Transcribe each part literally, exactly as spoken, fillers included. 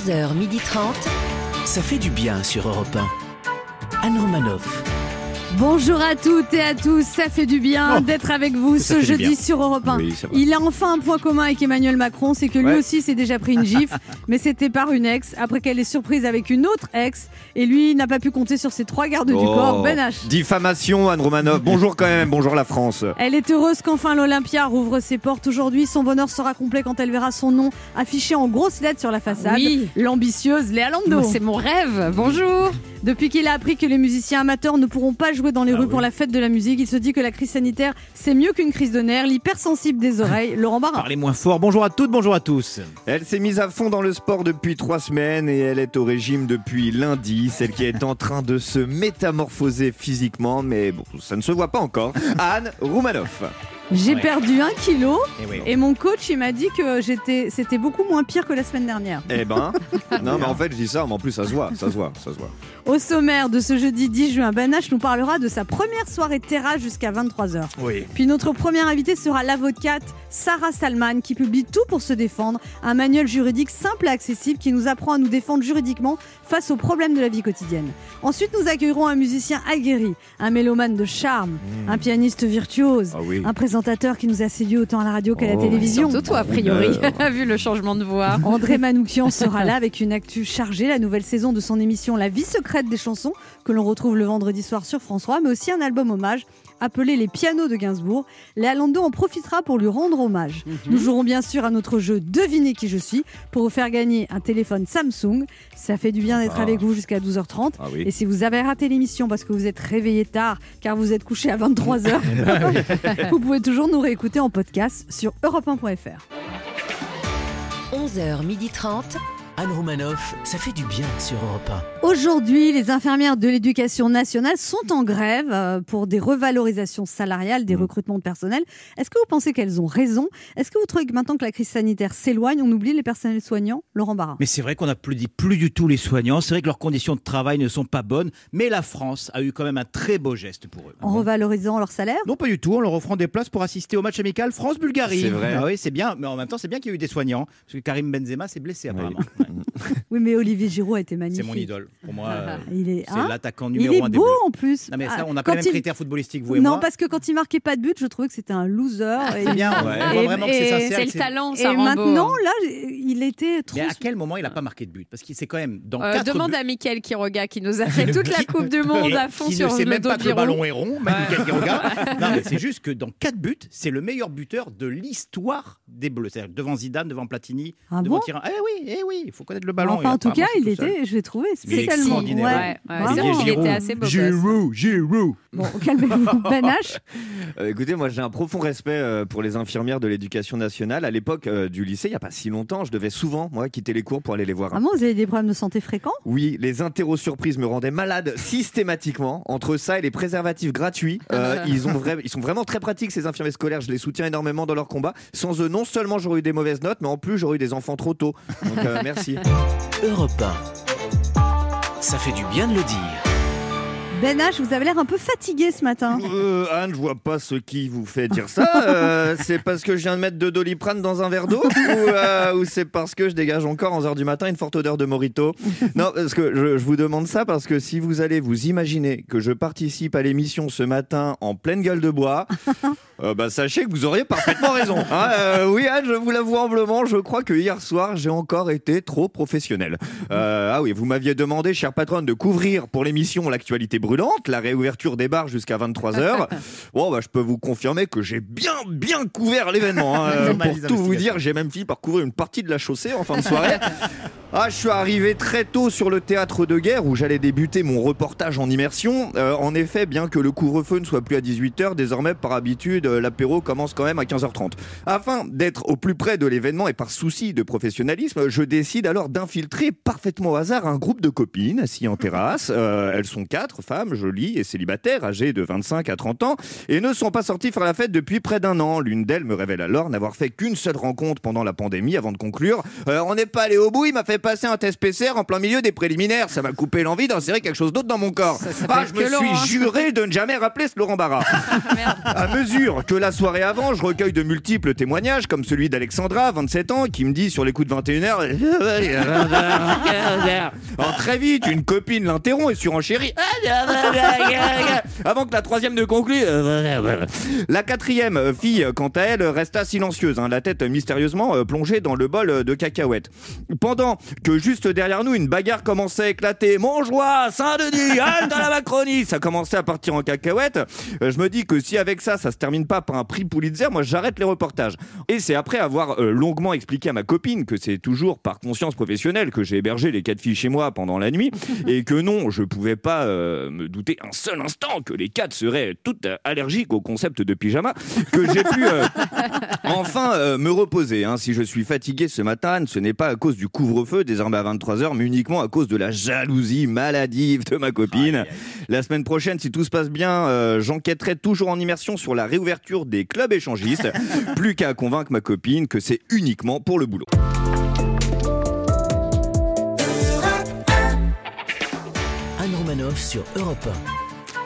onze heures trente, ça fait du bien sur Europe un. Anne Romanoff. Bonjour à toutes et à tous, ça fait du bien oh, d'être avec vous ce jeudi sur Europe un. Oui, il a enfin un point commun avec Emmanuel Macron, c'est que lui ouais. aussi s'est déjà pris une gifle, mais c'était par une ex, après qu'elle est surprise avec une autre ex, et lui n'a pas pu compter sur ses trois gardes oh, du corps. Ben H. Diffamation, Anne Romanoff. Bonjour quand même, bonjour la France. Elle est heureuse qu'enfin l'Olympia rouvre ses portes aujourd'hui. Son bonheur sera complet quand elle verra son nom affiché en grosses lettres sur la façade. Oui. L'ambitieuse Léa Landau. C'est mon rêve, bonjour. Depuis qu'il a appris que les musiciens amateurs ne pourront pas jouer dans les ah rues oui. pour la fête de la musique, il se dit que la crise sanitaire, c'est mieux qu'une crise de nerfs. L'hypersensible des oreilles, Laurent Barra. Parlez moins fort. Bonjour à toutes, bonjour à tous. Elle s'est mise à fond dans le sport depuis trois semaines et elle est au régime depuis lundi. Celle qui est en train de se métamorphoser physiquement, mais bon, ça ne se voit pas encore. Anne Romanoff. J'ai Ouais. perdu un kilo Et oui. et mon coach il m'a dit que j'étais, c'était beaucoup moins pire que la semaine dernière. Eh ben, non mais en fait je dis ça, mais en plus ça se voit, ça se voit, ça se voit. Au sommaire de ce jeudi dix juin, Ben H nous parlera de sa première soirée terrasse jusqu'à vingt-trois heures. Oui. Puis notre première invitée sera l'avocate Sarah Salman qui publie Tout pour se défendre, un manuel juridique simple et accessible qui nous apprend à nous défendre juridiquement face aux problèmes de la vie quotidienne. Ensuite, nous accueillerons un musicien aguerri, un mélomane de charme, mmh. un pianiste virtuose, Ah oui. un présentateur qui nous a séduit autant à la radio qu'à Oh, la télévision. Surtout toi, a priori, vu le changement de voix. André Manoukian sera là avec une actu chargée, la nouvelle saison de son émission La vie secrète des chansons que l'on retrouve le vendredi soir sur France trois, mais aussi un album hommage appelé Les Pianos de Gainsbourg. Léa Landau en profitera pour lui rendre hommage. Mm-hmm. Nous jouerons bien sûr à notre jeu Devinez qui je suis pour vous faire gagner un téléphone Samsung. Ça fait du bien d'être ah. avec vous jusqu'à douze heures trente. Ah oui. Et si vous avez raté l'émission parce que vous êtes réveillé tard car vous êtes couché à vingt-trois heures, vous pouvez toujours nous réécouter en podcast sur europe un point f r. onze heures trente, Anne Romanoff, ça fait du bien sur Europe un. Aujourd'hui, les infirmières de l'éducation nationale sont en grève euh, pour des revalorisations salariales, des mmh. recrutements de personnel. Est-ce que vous pensez qu'elles ont raison ? Est-ce que vous trouvez que maintenant que la crise sanitaire s'éloigne, on oublie les personnels soignants ? Laurent Barra. Mais c'est vrai qu'on n'applaudit plus du tout les soignants. C'est vrai que leurs conditions de travail ne sont pas bonnes. Mais la France a eu quand même un très beau geste pour eux. En bon. revalorisant leur salaire ? Non, pas du tout. En leur offrant des places pour assister au match amical France-Bulgarie. C'est vrai. Ah oui, c'est bien. Mais en même temps, c'est bien qu'il y ait eu des soignants. Parce que Karim Benzema s'est blessé apparemment. Oui. Oui, mais Olivier Giroud a été magnifique. C'est mon idole. Pour moi, euh, il est, c'est hein l'attaquant numéro un Il est des beau Bleus. en plus. Non, mais ça, on n'a quand pas les mêmes il... critères footballistiques, vous et non, moi. Non, parce que quand il marquait pas de but, je trouvais que c'était un loser. C'est bien, ouais. On voit vraiment que c'est sincère. C'est le talent, et ça rend maintenant, beau. là, il était trop... Mais à quel moment il n'a pas marqué de but ? Parce que c'est quand même dans euh, quatre Demande buts... à Mickaël Quiroga qui nous a fait toute la Coupe du Monde à fond qui sur ne sait le même dos pas de que le Giroud. ballon est rond, Mickaël Quiroga. Non, mais c'est juste que dans quatre buts, c'est le meilleur buteur de l'histoire des Bleus. C'est-à-dire devant Zidane, devant Platini, ah devant bon Thierry. Eh oui, eh oui, il faut connaître le ballon. Enfin, en tout cas, il était. était, je l'ai trouvé Il est spécialement. extraordinaire. Ouais, Ouais, ouais, vraiment. il était assez beau gosse. Giroud, Giroud. Bon, calmez-vous. Ben H. Euh, écoutez, moi j'ai un profond respect euh, pour les infirmières de l'éducation nationale. À l'époque euh, du lycée, il n'y a pas si longtemps, je devais souvent, moi, quitter les cours pour aller les voir. Ah bon, vous avez des problèmes de santé fréquents ? Oui, les interro-surprises me rendaient malade systématiquement. Entre ça et les préservatifs gratuits, euh, ils, ont vra- ils sont vraiment très pratiques ces infirmiers scolaires. Je les soutiens énormément dans leur combat. Sans eux, non seulement j'aurais eu des mauvaises notes, mais en plus j'aurais eu des enfants trop tôt. Donc euh, merci. Europe un, ça fait du bien de le dire. Ben H, vous avez l'air un peu fatigué ce matin. Euh, Anne, je vois pas ce qui vous fait dire ça. Euh, c'est parce que je viens de mettre de Doliprane dans un verre d'eau ou, euh, ou c'est parce que je dégage encore à onze heures du matin une forte odeur de Morito ? Non, parce que je, je vous demande ça parce que si vous allez vous imaginer que je participe à l'émission ce matin en pleine gueule de bois, euh, bah, sachez que vous auriez parfaitement raison. Hein, euh, oui, Anne, je vous l'avoue humblement, je crois que hier soir, j'ai encore été trop professionnel. Euh, ah oui, vous m'aviez demandé, chère patronne, de couvrir pour l'émission l'actualité brûlante, la réouverture des bars jusqu'à vingt-trois heures. Bon, bah, je peux vous confirmer que j'ai bien, bien couvert l'événement. Hein. Euh, pour tout vous dire, j'ai même fini par couvrir une partie de la chaussée en fin de soirée. Ah, je suis arrivé très tôt sur le théâtre de guerre où j'allais débuter mon reportage en immersion. Euh, en effet, bien que le couvre-feu ne soit plus à dix-huit heures, désormais, par habitude, l'apéro commence quand même à quinze heures trente. Afin d'être au plus près de l'événement et par souci de professionnalisme, je décide alors d'infiltrer parfaitement au hasard un groupe de copines assises en terrasse. Euh, elles sont quatre femmes, jolies et célibataires, âgées de vingt-cinq à trente ans, et ne sont pas sorties faire la fête depuis près d'un an. L'une d'elles me révèle alors n'avoir fait qu'une seule rencontre pendant la pandémie avant de conclure. Euh, on n'est pas allé au bout, il m'a fait passé un test P C R en plein milieu des préliminaires. Ça m'a coupé l'envie d'insérer quelque chose d'autre dans mon corps. Ça, ça ah, fait je me que Laurent. suis juré de ne jamais rappeler ce Laurent Barra. À mesure que la soirée avant, je recueille de multiples témoignages, comme celui d'Alexandra, vingt-sept ans, qui me dit sur les coups de vingt et une heures. Alors, très vite, une copine l'interrompt et surenchérit. Avant que la troisième ne conclue. La quatrième fille, quant à elle, resta silencieuse, hein, la tête mystérieusement plongée dans le bol de cacahuètes. Pendant que juste derrière nous, une bagarre commençait à éclater. Montjoie, Saint-Denis, halte à la Macronie. Ça commençait à partir en cacahuètes. Euh, je me dis que si avec ça, ça se termine pas par un prix Pulitzer, moi j'arrête les reportages. Et c'est après avoir euh, longuement expliqué à ma copine que c'est toujours par conscience professionnelle que j'ai hébergé les quatre filles chez moi pendant la nuit et que non, je pouvais pas euh, me douter un seul instant que les quatre seraient toutes allergiques au concept de pyjama, que j'ai pu euh, enfin euh, me reposer. Hein. Si je suis fatigué ce matin, ce n'est pas à cause du couvre-feu désormais à vingt-trois heures, mais uniquement à cause de la jalousie maladive de ma copine. La semaine prochaine, si tout se passe bien, euh, j'enquêterai toujours en immersion sur la réouverture des clubs échangistes. Plus qu'à convaincre ma copine que c'est uniquement pour le boulot. Anne Romanoff sur Europe un.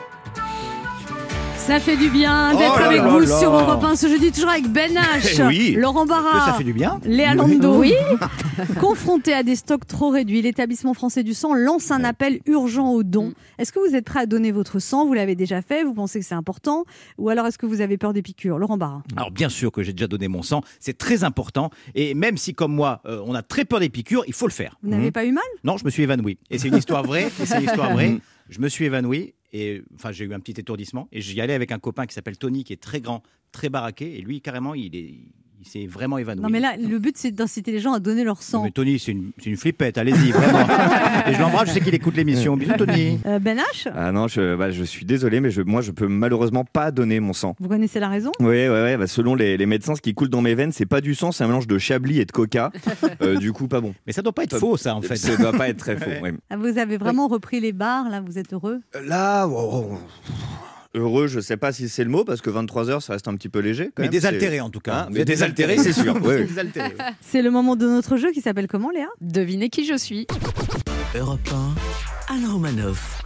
Ça fait du bien d'être Oh là avec là vous là. sur Europe un ce jeudi, toujours avec Ben H, Oui. Laurent Que Barra, ça fait du bien. Léa Lando. Oui. Confronté à des stocks trop réduits, l'établissement français du sang lance un appel urgent aux dons. Est-ce que vous êtes prêt à donner votre sang? Vous l'avez déjà fait? Vous pensez que c'est important? Ou alors est-ce que vous avez peur des piqûres? Laurent Barra. Alors bien sûr que j'ai déjà donné mon sang, c'est très important. Et même si comme moi, euh, on a très peur des piqûres, il faut le faire. Vous n'avez Mmh. pas eu mal? Non, je me suis évanoui. Et c'est une histoire vraie. Et c'est une histoire vraie. Je me suis évanoui. Et enfin, j'ai eu un petit étourdissement. Et j'y allais avec un copain qui s'appelle Tony, qui est très grand, très baraqué. Et lui, carrément, il est... Il s'est vraiment évanoui. Non mais là, le but c'est d'inciter les gens à donner leur sang. Non, mais Tony, c'est une, c'est une flippette, allez-y, vraiment. Et je l'embrasse, je sais qu'il écoute l'émission. Bisous, Tony. Euh, Ben H, Ah non, je, bah, je suis désolé, mais je, moi je peux malheureusement pas donner mon sang. vous connaissez la raison? Oui, ouais, ouais, bah, selon les, les médecins, ce qui coule dans mes veines, c'est pas du sang, c'est un mélange de chablis et de coca. Euh, du coup, pas bon. Mais ça doit pas être faux, ça, en fait. Ça doit pas être très faux. Ouais. Ah, vous avez vraiment repris les bars, là, vous êtes heureux? Là, oh, oh, heureux, je sais pas si c'est le mot, parce que vingt-trois heures, ça reste un petit peu léger. Quand Mais même. désaltéré, C'est- en tout cas. Hein, Vous mais êtes désaltéré, c'est sûr. Oui, oui. Désaltéré, oui. C'est le moment de notre jeu qui s'appelle comment, Léa? Devinez qui je suis. Europe un, Anne Romanoff.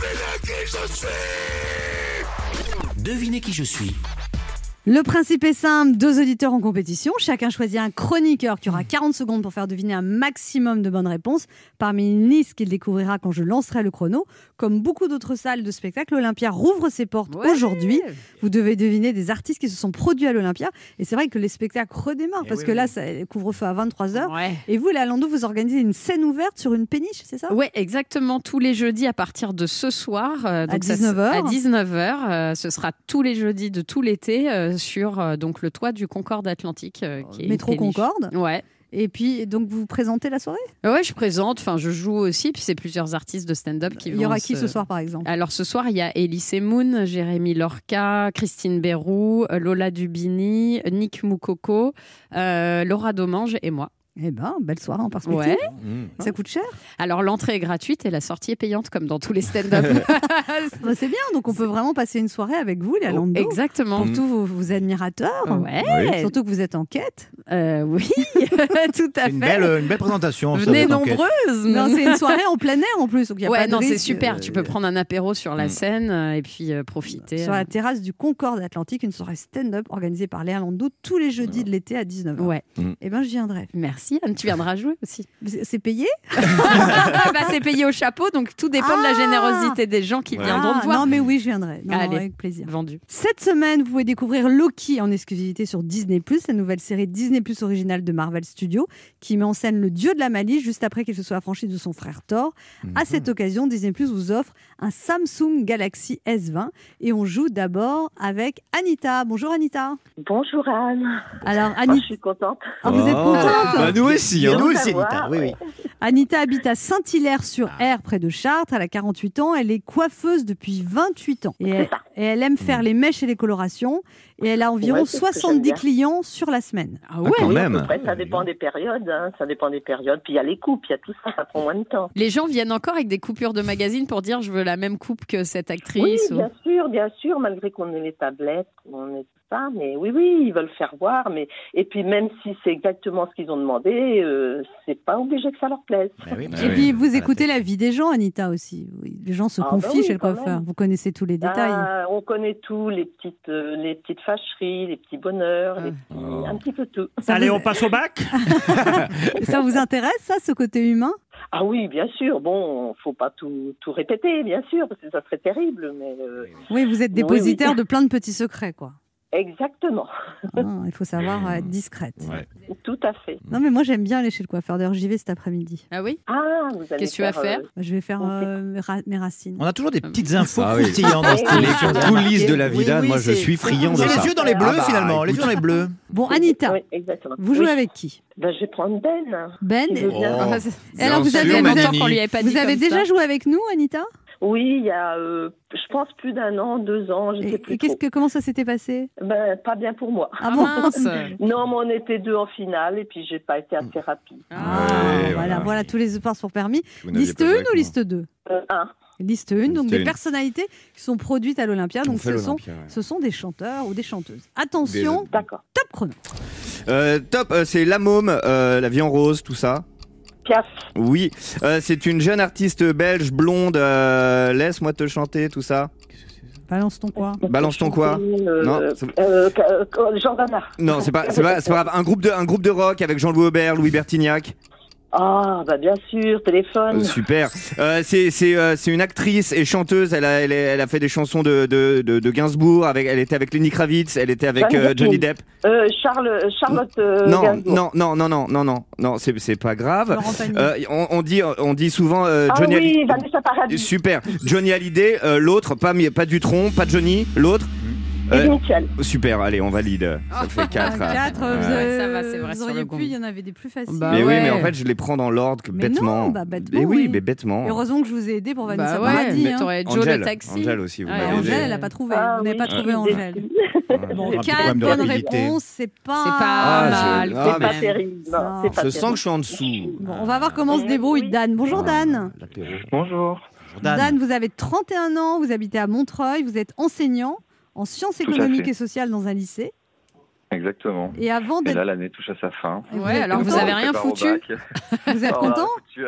Devinez qui je suis. Le principe est simple, deux auditeurs en compétition. Chacun choisit un chroniqueur qui aura quarante secondes pour faire deviner un maximum de bonnes réponses parmi une liste qu'il découvrira quand je lancerai le chrono. Comme beaucoup d'autres salles de spectacle, l'Olympia rouvre ses portes Ouais. aujourd'hui. Vous devez deviner des artistes qui se sont produits à l'Olympia. Et c'est vrai que les spectacles redémarrent Eh parce oui, que oui. là, ça couvre-feu à vingt-trois heures. Ouais. Et vous, Léa Lando, vous organisez une scène ouverte sur une péniche, c'est ça? Ouais, exactement. Tous les jeudis à partir de ce soir. euh, donc ça, dix-neuf heures. À dix-neuf heures. euh, ce sera tous les jeudis de tout l'été euh, sur euh, donc, le toit du Concorde Atlantique. euh, qui est une Métro péniche. Concorde. Ouais. Et puis, donc, vous présentez la soirée? Ouais, je présente, enfin, je joue aussi, puis c'est plusieurs artistes de stand-up qui Il vont. y aura qui se- ce soir, par exemple? Alors ce soir, il y a Elise Moon, Jérémy Lorca, Christine Bérou, Lola Dubini, Nick Moukoko, euh, Laura Domange et moi. Eh ben, belle soirée en perspective. Ouais. Mmh. Ça coûte cher? Alors l'entrée est gratuite et la sortie est payante comme dans tous les stand-up. Bah, c'est bien, donc on peut vraiment passer une soirée avec vous, Léa Lando. Exactement. Pour tous vos, vos admirateurs. Ouais. Surtout que vous êtes en quête. Euh, oui, tout à C'est une fait. belle, euh, une belle présentation. ça, Venez cette enquête. nombreuses. Non, c'est une soirée en plein air en plus. Donc il y a Ouais, pas de non, c'est risque, super. euh, Tu peux prendre un apéro sur la Mm. scène euh, et puis euh, profiter. Sur la terrasse du Concorde Atlantique, une soirée stand-up organisée par Léa Lando tous les jeudis de l'été à dix-neuf heures. Ouais. Eh ben, je viendrai. Merci Anne, tu viendras jouer aussi. C'est c'est payé? bah, c'est payé au chapeau, donc tout dépend de la Ah générosité des gens qui Ouais. viendront Ah, te voir. Non, mais oui, je viendrai. Non, non, Allez. avec plaisir. Vendu. Cette semaine, vous pouvez découvrir Loki en exclusivité sur Disney plus, la nouvelle série Disney plus originale de Marvel Studios, qui met en scène le dieu de la malice juste après qu'il se soit affranchi de son frère Thor. À cette occasion, Disney plus vous offre un Samsung Galaxy S vingt et on joue d'abord avec Anita. Bonjour Anita. Bonjour Anne. Alors Oh, Anita, je suis contente. ah, vous êtes Oh. contente? Bah, nous aussi, Et hein. nous aussi, Savoir, Anita. Oui, oui. Anita habite à Saint-Hilaire-sur-Aire, près de Chartres. Elle a quarante-huit ans. Elle est coiffeuse depuis vingt-huit ans. Et elle, Et elle aime faire les mèches et les colorations. Et elle a environ Ouais, c'est ce que j'aime soixante-dix bien. clients sur la semaine. Ah ouais. quand Oui, même. à peu près, ça dépend des périodes. Hein, ça dépend des périodes. Puis il y a les coupes, il y a tout ça, ça prend moins de temps. Les gens viennent encore avec des coupures de magazine pour dire je veux la même coupe que cette Oui, actrice. ou- bien sûr, bien sûr, malgré qu'on ait les tablettes, on ait tout ça, mais oui, oui, ils veulent faire voir. Mais et puis même si c'est exactement ce qu'ils ont demandé, euh, c'est pas obligé que ça leur plaise. Mais oui, mais Et oui. puis, vous À la écoutez tête. la vie des gens, Anita, aussi. Oui, les gens se Ah, bah confient oui, chez le quand coiffeur. même. Vous connaissez tous les détails. Ah, on connaît tout, les petites, euh, les petites fâcheries, les petits bonheurs, les petits- Oh. un petit peu tout. Ça Allez, vous- on passe au bac. Ça vous intéresse, ça, ce côté humain? Ah oui, bien sûr. Bon, faut pas tout, tout répéter, bien sûr, parce que ça serait terrible, mais euh, Oui, vous êtes Oui, dépositaire oui. de plein de petits secrets, quoi. exactement, Ah, il faut savoir être discrète. Ouais. tout à fait. Non, mais moi, j'aime bien aller chez le coiffeur. D'ailleurs, j'y vais cet après-midi. Ah oui. Ah, vous allez Qu'est-ce que tu vas faire euh, Je vais faire Ok. euh, mes ra- mes racines. On a toujours des petites infos Ah oui. croustillantes dans cette Ah oui. émission. Les coulisses de la vie Oui, d'Anne, oui, moi je c'est- suis friand de C'est ça. les yeux dans les bleus Ah bah, finalement, les écoute. yeux dans les bleus. Bon, Anita, Oui, exactement. vous jouez Oui. avec qui? Ben, je vais prendre Ben. Ben. Il veut bien. Oh. Ah, c'est- Bien Alors, vous sûr, avez- Ça fait vous longtemps Manini. qu'on lui avait pas dit Vous avez comme déjà ça. joué avec nous, Anita? Oui, il y a, euh, je pense, plus d'un an, deux ans, je ne sais Et, plus et qu'est-ce trop. que, comment ça s'était passé? Ben, pas bien pour moi. Ah Ah bon? mince. Non, mais on était deux en finale et puis j'ai pas été assez rapide. Ah, Ouais, voilà, voilà. voilà, tous les sports sont permis. Vous n'aviez Liste pas joué un avec ou moi. liste deux? Euh, un. Liste un, donc Liste des une. personnalités qui sont produites à l'Olympia. On Donc fait ce sont, l'Olympia, ouais. ce sont des chanteurs ou des chanteuses. Attention, D'accord. top chrono. Euh, top, euh, c'est La Môme, euh, La Vie en Rose, tout ça. Piaf. Oui, Euh, c'est une jeune artiste belge blonde. euh, Laisse-moi te chanter, tout ça. Balance ton quoi? Balance ton quoi? Euh, Non, euh, c'est- euh, euh, Jordana. Non, c'est pas, c'est pas, c'est pas grave. Un groupe de, un groupe de rock avec Jean-Louis Aubert, Louis Bertignac. Ah, bah bien sûr, téléphone. Euh, super. Euh, c'est, c'est, euh, c'est une actrice et chanteuse. Elle a, elle, est- elle a fait des chansons de, de, de, de Gainsbourg. Avec, elle était avec Lenny Kravitz. Elle était avec Johnny euh, Depp. Johnny Depp. Euh, Charles, Charlotte euh, non, Gainsbourg. non, non, non, non, non, non, non. C'est, c'est pas grave. Laurent Pagny. Euh, on, on dit, on dit souvent euh, Ah Johnny oui, Hallyday. Vanessa Paradis. Super. Johnny Hallyday. euh, l'autre, pas, mi- pas Dutronc, pas Johnny. L'autre. Eddie Euh, Mitchell. super. Allez, on valide. Ça fait quatre. Ah, quatre, Ouais. vous, Ouais, avez- ça va, c'est vrai, vous sur auriez le pu, gong. il y en avait des plus faciles. Bah mais oui, ouais. mais en fait, je les prends dans l'ordre que Mais bêtement. non, bah, bêtement, mais oui, oui. mais bêtement. Heureusement que je vous ai aidé pour Vanessa Bah ouais, Paradis. mais hein. t'aurais Joe Angèle, le taxi. Angèle aussi, vous Ouais, m'avez Angèle, aidé. elle n'a pas trouvé. Ah vous n'avez oui, pas j'ai trouvé des- Angèle. Bon, Un petit quatre problème de bonnes rapidité. réponses, c'est pas, C'est pas Ah, mal. j'ai- quand ah, C'est pas même. terrible. Non, Non. c'est pas Je terrible. sens que je suis en dessous. Bon, on va voir comment se débrouille Oui. Dan. Bonjour Dan. L'apéro. Bonjour. Jordan. Dan, vous avez trente et un ans, vous habitez à Montreuil, vous êtes enseignant en sciences Tout à économiques fait. et sociales dans un lycée. Exactement. Et avant Et d'être. là, l'année touche à sa fin. Et vous Ouais, êtes alors vous content avez On rien prépare au foutu. bac. Vous êtes Oh, on a content foutu.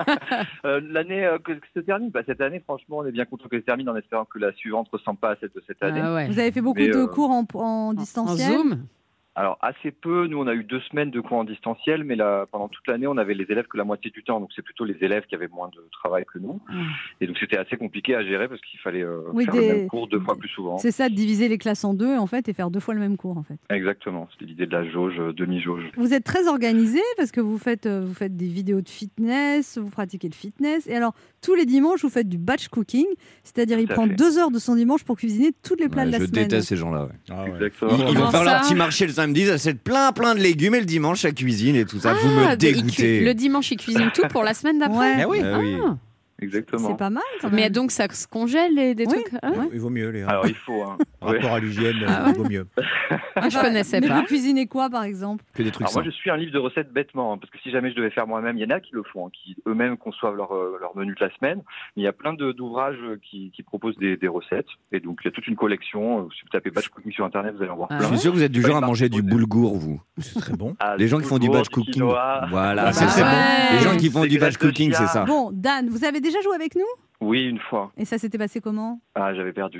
Euh, L'année euh, que, que se termine, bah, cette année, franchement, on est bien content qu'elle se termine en espérant que la suivante ne ressemble pas à celle de cette année. Ah ouais. Vous avez fait beaucoup Mais, de euh, cours en, en En distanciel. Zoom. Alors, assez peu. Nous, on a eu deux semaines de cours en distanciel, mais là, pendant toute l'année, on avait les élèves que la moitié du temps. Donc, c'est plutôt les élèves qui avaient moins de travail que nous. Ah. Et donc, c'était assez compliqué à gérer parce qu'il fallait euh, Oui, faire des- le même cours deux fois plus souvent. C'est ça, de diviser les classes en deux en fait et faire deux fois le même cours en fait. Exactement. C'était l'idée de la jauge, euh, demi-jauge. Vous êtes très organisé parce que vous faites, euh, vous faites des vidéos de fitness, vous pratiquez le fitness. Et alors, tous les dimanches, vous faites du batch cooking, c'est-à-dire il Tout à prend fait. deux heures de son dimanche pour cuisiner tous les plats de la je semaine. déteste ces gens-là. ouais. Ah ouais. Exactement. Ils, ils vont Comment faire ça leur petit marché le samedi, c'est plein plein de légumes et le dimanche la cuisine et tout ça. vous Ah, me de- il dégoûtez. cu- Le dimanche, il cuisine tout pour la semaine d'après. Ouais. Eh oui. Ah oui. Ah. Exactement. C'est pas mal quand même. Mais donc ça se congèle et des Oui. trucs. Ah, Ouais. Il vaut mieux, Léa. Alors, il faut. Hein. Par rapport à l'hygiène, Ah il vaut mieux. ah, je connaissais Mais pas. vous cuisinez quoi par exemple? Que des trucs Alors moi, sains. je suis un livre de recettes bêtement, hein, parce que si jamais je devais faire moi-même, il y en a qui le font, hein, qui eux-mêmes conçoivent leur, euh, leur menu de la semaine. Mais il y a plein de- d'ouvrages euh, qui, qui proposent des, des recettes. Et donc, il y a toute une collection. Euh, Si vous tapez batch cooking sur Internet, vous allez en voir Ah Je plein. suis sûr que vous êtes du Ouais, genre à par manger du contre, boulgour, vous. C'est très bon. Ah, Les gens qui font du boulgour, batch cooking. quinoa. Voilà, Bah c'est ça. ouais. Les gens qui font Des du batch graisses de cooking, c'est chia. ça. Bon, Dan, vous avez déjà joué avec nous? Oui, une fois. Et ça s'était passé comment? Ah, j'avais perdu.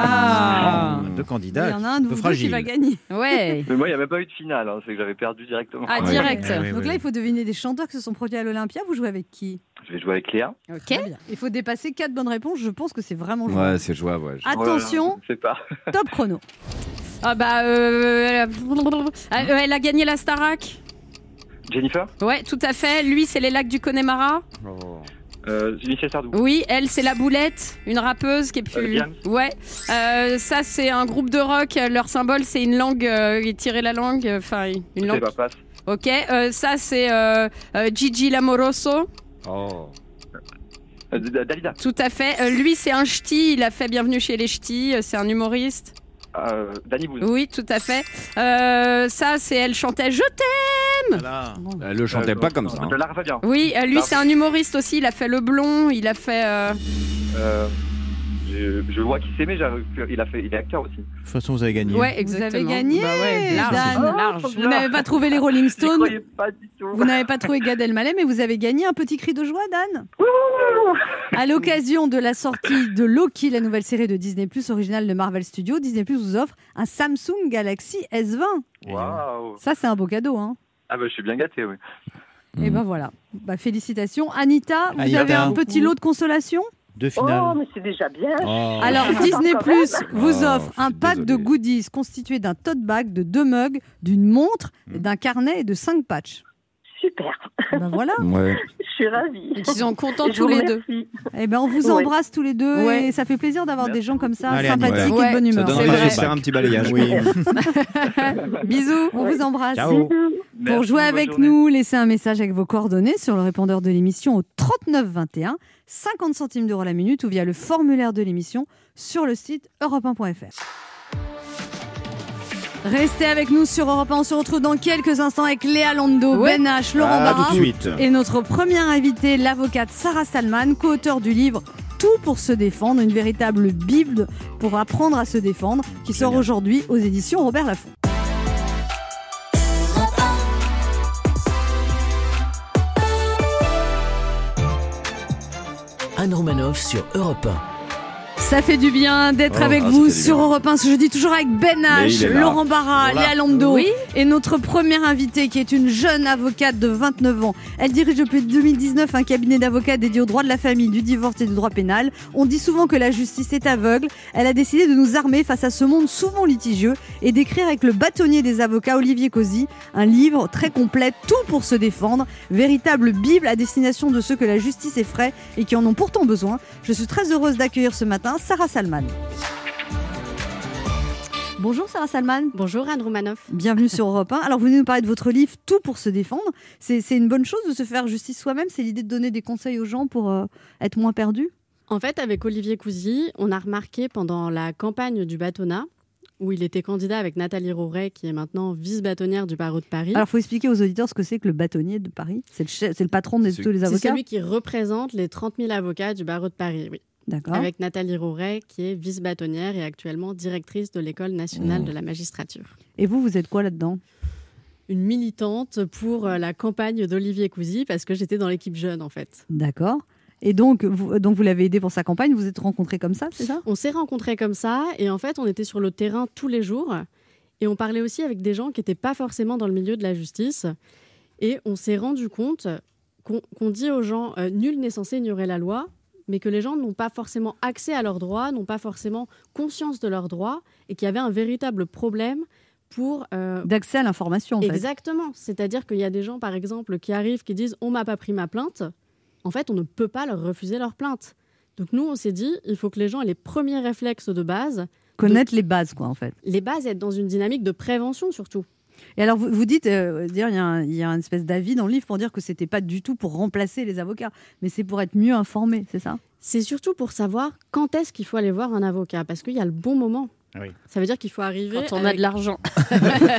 Ah. Deux Il candidats. y en a un un de peu vous deux qui fragiles. va gagner. Ouais. Mais moi, il n'y a même pas eu de finale. Hein, c'est que j'avais perdu directement. Ah, Ouais. direct. Ouais, ouais, Donc ouais. là, il faut deviner des chanteurs qui se sont produits à l'Olympia. Vous jouez avec qui? Je vais jouer avec Léa. Ok. Très bien. Il faut dépasser quatre bonnes réponses. Je pense que c'est vraiment jouable. Ouais, c'est jouable. Ouais. Attention, Je sais pas. top chrono. Ah bah, euh, ah, euh, elle a gagné la Starac. Jennifer Ouais, tout à fait. Lui, c'est les lacs du Connemara. euh, Michel Sardou. Oui, elle, c'est la Boulette, une rappeuse qui est plus. Euh, Diams. Ouais. Euh, ça, c'est un groupe de rock. Leur symbole, c'est une langue. Euh, tirer la langue. Enfin, une Je sais langue. pas, passe. Ok. Euh, ça, c'est euh, euh, Gigi Lamoroso. Oh. Euh, Dalida. Tout à fait. Euh, lui, c'est un ch'ti. Il a fait Bienvenue chez les ch'tis. Euh, C'est un humoriste. Euh, Danny Boone. Oui, tout à fait. Euh, ça, c'est Elle chantait Je t'aime. Voilà. Elle le chantait Euh, pas comme ça. hein. De Lara Fabian. Oui, euh, lui, Ah. c'est un humoriste aussi. Il a fait Le Blond. Il a fait. euh, Euh, je, je vois qui c'est, mais j'arrive- il, a fait, il est acteur aussi. De toute façon, vous avez gagné. Ouais, Vous exactement. avez gagné, Bah ouais, large, Dan. large. Oh, Vous n'avez pas trouvé les Rolling Je Stones, croyais pas du tout. vous n'avez pas trouvé Gad Elmaleh, mais vous avez gagné un petit cri de joie, Dan. À l'occasion de la sortie de Loki, la nouvelle série de Disney+, originale de Marvel Studios, Disney+, vous offre un Samsung Galaxy S vingt. Waouh. Ça, c'est un beau cadeau, hein. Ah bah je suis bien gâté, oui. Et ben voilà. Bah, félicitations. Anita, vous Anita. avez un petit lot de consolation. Deux Oh, finales. mais c'est déjà bien. Oh. Alors, Ah, Disney+, quand même. vous Oh, offre je un suis pack de désolé. goodies constitué d'un tote bag, de deux mugs, d'une montre, d'un carnet et de cinq patchs. Super. Ben voilà. Ouais. Je suis ravie. Ils sont contents Et je tous vous les deux. remercie. Eh ben, on vous Ouais. embrasse tous les deux Ouais. et ça fait plaisir d'avoir des Merci gens comme ça, Allez, sympathiques Annie. et de Ouais. bonne Ça humeur. donne C'est envie de vrai. se faire un petit balayage. Oui. Bisous, on Ouais. vous embrasse. Ciao. Pour Merci, jouer bonne avec journée. nous, laissez un message avec vos coordonnées sur le répondeur de l'émission au trente-neuf vingt et un, cinquante centimes d'euros la minute ou via le formulaire de l'émission sur le site europe un point f r. Restez avec nous sur Europe un, on se retrouve dans quelques instants avec Léa Lando, Ouais. Ben H, Laurent Ah, Barra tout de suite. et notre première invitée, l'avocate Sarah Salman, co-auteure du livre Tout pour se défendre, une véritable bible pour apprendre à se défendre, qui sort Génial. aujourd'hui aux éditions Robert Laffont. Anne Romanoff sur Europe un. Ça fait du bien d'être Oh, avec ah, ça vous fait du sur bien. Europe un ce jeudi, toujours avec Ben Mais il H, est là. Laurent Barra, Toujours là. Léa Lando Oui. et notre première invitée qui est une jeune avocate de vingt-neuf ans. Elle dirige depuis deux mille dix-neuf un cabinet d'avocats dédié au droit de la famille, du divorce et du droit pénal. On dit souvent que la justice est aveugle. Elle a décidé de nous armer face à ce monde souvent litigieux et d'écrire avec le bâtonnier des avocats Olivier Cozy un livre très complet, Tout pour se défendre, véritable bible à destination de ceux que la justice effraie et qui en ont pourtant besoin. Je suis très heureuse d'accueillir ce matin Sarah Salman. Bonjour Sarah Salman. Bonjour Anne Romanoff. Bienvenue sur Europe un. Alors vous venez nous parler de votre livre Tout pour se défendre. C'est, c'est une bonne chose de se faire justice soi-même. C'est l'idée de donner des conseils aux gens pour euh, être moins perdus. En fait, avec Olivier Cousy, on a remarqué pendant la campagne du bâtonnat, où il était candidat avec Nathalie Rouret, qui est maintenant vice-bâtonnière du barreau de Paris. Alors il faut expliquer aux auditeurs ce que c'est que le bâtonnier de Paris. C'est le, chef- c'est le patron de C'est- tous les c'est avocats. celui qui représente les trente mille avocats du barreau de Paris, oui. D'accord. Avec Nathalie Rouret, qui est vice-bâtonnière et actuellement directrice de l'École nationale Mmh. de la magistrature. Et vous, vous êtes quoi là-dedans? Une militante pour euh, la campagne d'Olivier Cousy, parce que j'étais dans l'équipe jeune, en fait. D'accord. Et donc vous, donc vous l'avez aidé pour sa campagne. Vous vous êtes rencontrés comme ça, c'est ça? On s'est rencontrés comme ça, et en fait, on était sur le terrain tous les jours. Et on parlait aussi avec des gens qui n'étaient pas forcément dans le milieu de la justice. Et on s'est rendu compte qu'on, qu'on dit aux gens euh, nul n'est censé ignorer la loi, mais que les gens n'ont pas forcément accès à leurs droits, n'ont pas forcément conscience de leurs droits, et qu'il y avait un véritable problème pour... euh, D'accès à l'information. En fait. Exactement. C'est-à-dire qu'il y a des gens, par exemple, qui arrivent, qui disent « on m'a pas pris ma plainte ». En fait, on ne peut pas leur refuser leur plainte. Donc nous, on s'est dit, il faut que les gens aient les premiers réflexes de base. Connaître les bases, quoi, en fait. Les bases, être dans une dynamique de prévention, surtout. Et alors, vous, vous dites, euh, dire, il y, a un- il y a une espèce d'avis dans le livre pour dire que c'était pas du tout pour remplacer les avocats, mais c'est pour être mieux informé, c'est ça? C'est surtout pour savoir quand est-ce qu'il faut aller voir un avocat, parce qu'il y a le bon moment. Ah oui. Ça veut dire qu'il faut arriver... Quand on a avec- de l'argent. C'est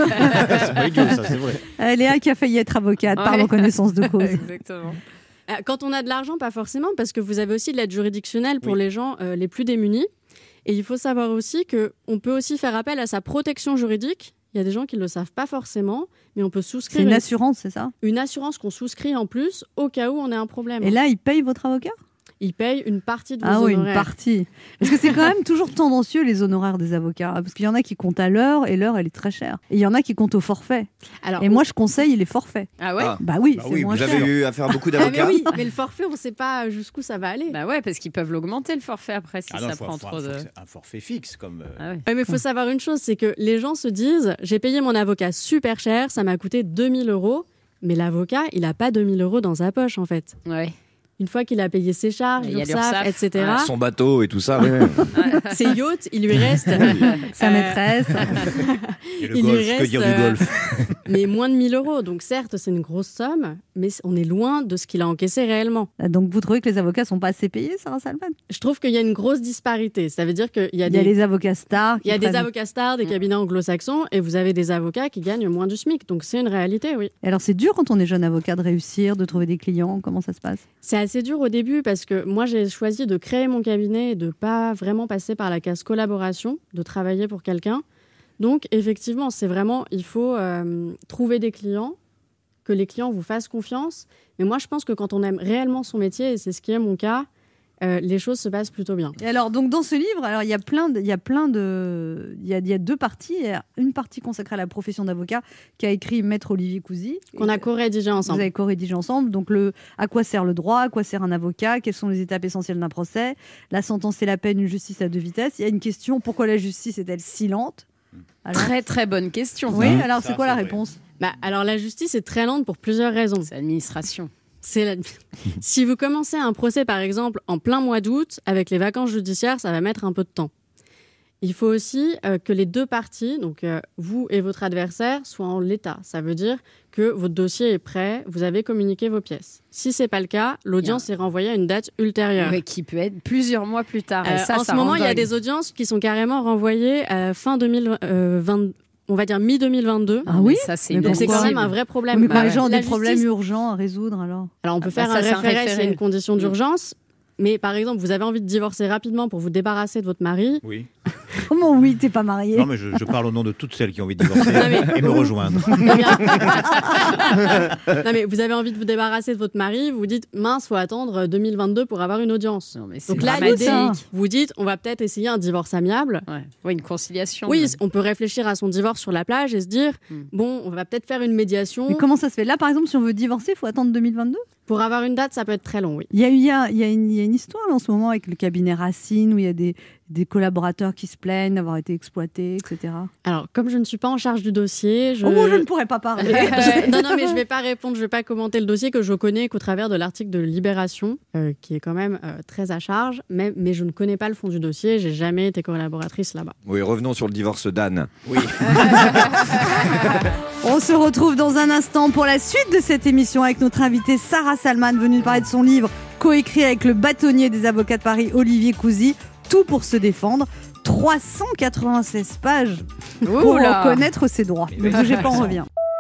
pas idiot, ça, c'est vrai. Euh, Léa qui a failli être avocate par Ouais. reconnaissance de cause. Exactement. Euh, Quand on a de l'argent, pas forcément, parce que vous avez aussi de l'aide juridictionnelle pour Oui. les gens euh, les plus démunis. Et il faut savoir aussi qu'on peut aussi faire appel à sa protection juridique. Il y a des gens qui ne le savent pas forcément, mais on peut C'est souscrire une une, assurance, c'est ça? une assurance qu'on souscrit en plus au cas où on a un problème. Et là, il paye votre avocat? Il paye une partie de vos Ah oui, une honoraires. partie. Parce que c'est quand même toujours tendancieux, les honoraires des avocats. Parce qu'il y en a qui comptent à l'heure, et l'heure, elle est très chère. Et il y en a qui comptent au forfait. Alors, Et moi, je conseille les forfaits. Ah ouais Ah. Bah oui, Bah c'est oui, moins vous cher. avez eu affaire à beaucoup ah, mais d'avocats. oui, mais le forfait, on ne sait pas jusqu'où ça va aller. Bah ouais, parce qu'ils peuvent l'augmenter le forfait après si Ah non, ça faut- prend faut- trop faut de. que c'est un forfait fixe, comme. euh, Ah ouais. Ouais, mais il faut savoir une chose, c'est que les gens se disent, j'ai payé mon avocat super cher, ça m'a coûté deux mille euros, mais l'avocat, il n'a pas deux mille euros dans sa poche, en fait. Ouais. Une fois qu'il a payé ses charges, Il y a l'URSSAF, l'URSSAF. et cetera, Son bateau et tout ça. ouais. ses yachts, il lui reste... Sa Euh, maîtresse. Et le Il lui golf, que reste, dire du euh, golf mais moins de mille euros. Donc certes, c'est une grosse somme, mais on est loin de ce qu'il a encaissé réellement. Donc vous trouvez que les avocats sont pas assez payés, Sarah Salman? Je trouve qu'il y a une grosse disparité. Ça veut dire qu'il y a, Il des... y a les avocats stars. Il y a prennent... des avocats stars, des cabinets anglo-saxons, et vous avez des avocats qui gagnent moins du SMIC. Donc c'est une réalité, oui. Et alors c'est dur quand on est jeune avocat de réussir, de trouver des clients. Comment ça se passe? C'est assez dur au début parce que moi j'ai choisi de créer mon cabinet et de pas vraiment passer par la case collaboration, de travailler pour quelqu'un. Donc effectivement, c'est vraiment, il faut euh, trouver des clients, que les clients vous fassent confiance. Mais moi je pense que quand on aime réellement son métier, et c'est ce qui est mon cas, Euh, les choses se passent plutôt bien. Et alors, donc dans ce livre, alors il y a plein de, il y a plein de, il y a, il y a deux parties. Il y a une partie consacrée à la profession d'avocat qu'a écrit Maître Olivier Cousy, qu'on a co-rédigé ensemble. Vous avez co-rédigé ensemble. Donc le, à quoi sert le droit, à quoi sert un avocat, quelles sont les étapes essentielles d'un procès, la sentence et la peine, une justice à deux vitesses. Il y a une question: pourquoi la justice est-elle si lente? Alors, très très bonne question. Oui. Mmh. Alors c'est Ça, quoi c'est la vrai. réponse? Bah, alors la justice est très lente pour plusieurs raisons. C'est l'administration. C'est la... Si vous commencez un procès, par exemple, en plein mois d'août, avec les vacances judiciaires, ça va mettre un peu de temps. Il faut aussi euh, que les deux parties, donc euh, vous et votre adversaire, soient en l'état. Ça veut dire que votre dossier est prêt, vous avez communiqué vos pièces. Si c'est pas le cas, l'audience est renvoyée à une date ultérieure. Oui, qui peut être plusieurs mois plus tard. Euh, Et ça, en ça ce moment, rend il y a dingue. des audiences qui sont carrément renvoyées à fin deux mille vingt, on va dire mi deux mille vingt-deux. Ah oui. Ça, c'est Mais Donc c'est quand inadmissible. même un vrai problème. Mais quand Bah, les gens ont la des problèmes justice- urgents à résoudre, alors. Alors on peut Ah, faire bah, un ça, c'est un référé s'il y a référé. une condition Mm. d'urgence. Mais par exemple, vous avez envie de divorcer rapidement pour vous débarrasser de votre mari. Oui. Comment oui, t'es pas marié? Non, mais je, je parle au nom de toutes celles qui ont envie de divorcer Non, mais- et me rejoindre. Eh bien- non mais vous avez envie de vous débarrasser de votre mari, vous vous dites mince, faut attendre deux mille vingt-deux pour avoir une audience. Non, mais c'est Donc là, dramatique. l'idée, vous dites, on va peut-être essayer un divorce amiable. Ouais. Ouais, une conciliation. Oui, même. on peut réfléchir à son divorce sur la plage et se dire, Mm. bon, on va peut-être faire une médiation. Mais comment ça se fait? Là, par exemple, si on veut divorcer, il faut attendre deux mille vingt-deux? Pour avoir une date, ça peut être très long, oui. Il y a, eu- il y, a, il y, a une, il y a une histoire là, en ce moment avec le cabinet Racine où il y a des, des collaborateurs qui se plaignent d'avoir été exploités, et cetera. Alors, comme je ne suis pas en charge du dossier, je... Oh, moi, je ne pourrais pas parler. Je- non, non, mais je vais pas répondre, je vais pas commenter le dossier que je connais qu'au travers de l'article de Libération, euh, qui est quand même euh, très à charge, mais, mais je ne connais pas le fond du dossier, j'ai jamais été collaboratrice là-bas. Oui, revenons sur le divorce d'Anne. Oui. On se retrouve dans un instant pour la suite de cette émission avec notre invitée Sarah Salman, venue nous parler de son livre coécrit avec le bâtonnier des avocats de Paris, Olivier Cousy, Tout pour se défendre. trois cent quatre-vingt-seize pages pour Oula. connaître ses droits. Ne bougez pas, on revient.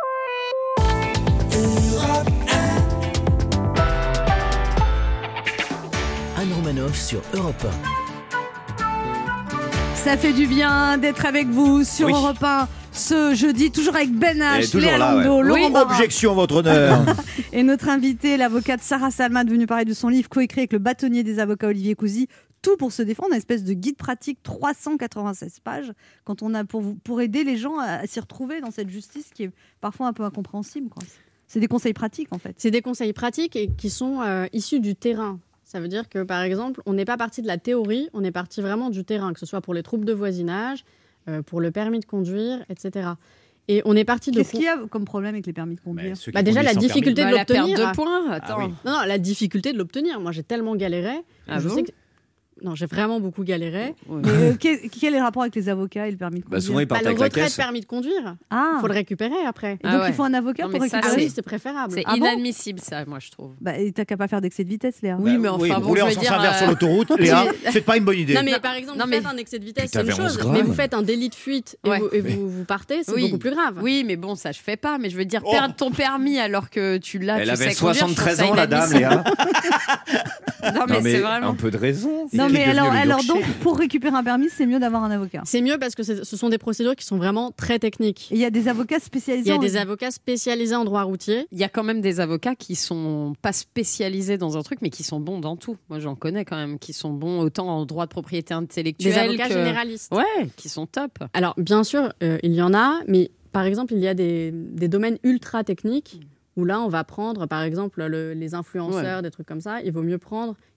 Anne Romanoff sur Europe un. Ça fait du bien d'être avec vous sur Oui. Europe un ce jeudi, toujours avec Ben Elle est H, toujours Léa là, Lando, ouais. Laurent Barra. Objection, votre honneur. Et notre invitée, l'avocate Sarah Salman, venue parler de son livre coécrit avec le bâtonnier des avocats Olivier Cousy, Tout pour se défendre, une espèce de guide pratique, trois cent quatre-vingt-seize pages, quand on a pour, vous- pour aider les gens à, à s'y retrouver dans cette justice qui est parfois un peu incompréhensible, quoi. C'est des conseils pratiques, en fait. C'est des conseils pratiques et qui sont euh, issus du terrain. Ça veut dire que, par exemple, on n'est pas parti de la théorie, on est parti vraiment du terrain, que ce soit pour les troubles de voisinage, euh, pour le permis de conduire, et cetera. Et on est parti de... Qu'est-ce qu'il y a comme problème avec les permis de conduire? Mais ceux qui Bah, déjà, conduisent la sans difficulté permis. de Bah, la perte l'obtenir. de points. Attends. Ah oui. Non, non, la difficulté de l'obtenir. Moi, j'ai tellement galéré. Ah je bon sais que... Non, j'ai vraiment beaucoup galéré. Ouais. Mais, euh, quel, quel est le rapport avec les avocats et le permis de Bah, conduire? souvent, ils Bah, partent le avec la retrait de caisse. permis de conduire, Ah, il faut le récupérer après. et Ah donc ouais. il faut un avocat Non, pour mais ça, récupérer. Ah c'est- oui, c'est préférable. C'est Ah bon inadmissible, ça, moi, je trouve. Bah, et t'as qu'à pas faire d'excès de vitesse, Léa. Oui, mais Bah, enfin, bon, rouler je en veux sens dire, inverse euh, sur l'autoroute, Léa, c'est pas une bonne idée. Non, mais par exemple, Non, vous mais- faites un excès de vitesse, Putain, c'est une Vérance chose. grave. Mais vous faites un délit de fuite et, Ouais. vous, et vous, vous partez, c'est Oui. beaucoup plus grave. Oui, mais bon, ça, je fais pas. Mais je veux dire, Oh. perdre ton permis alors que tu l'as, Elle tu avait sais conduire, je trouve soixante-treize ça ans, la dame, inadmissible. Léa. Non, mais, c'est vraiment. un peu de raison. Non, Qui mais est devenu alors, le alors Yorkshire. donc, pour récupérer un permis, c'est mieux d'avoir un avocat. C'est mieux parce que c'est- ce sont des procédures qui sont vraiment très techniques. Et il y a des avocats spécialisés. Il y a en- des avocats spécialisés en droit routier. Il y a quand même des avocats qui sont pas spécialisés dans un truc, mais qui sont bons dans tout. Moi, j'en connais quand même, qui sont bons autant en droit de propriété intellectuelle Des avocats que... généralistes. Ouais, qui sont top. Alors, bien sûr, euh, il y en a, mais par exemple, il y a des, des domaines ultra techniques où là, on va prendre, par exemple, le- les influenceurs, des trucs comme ça. Il vaut mieux prendre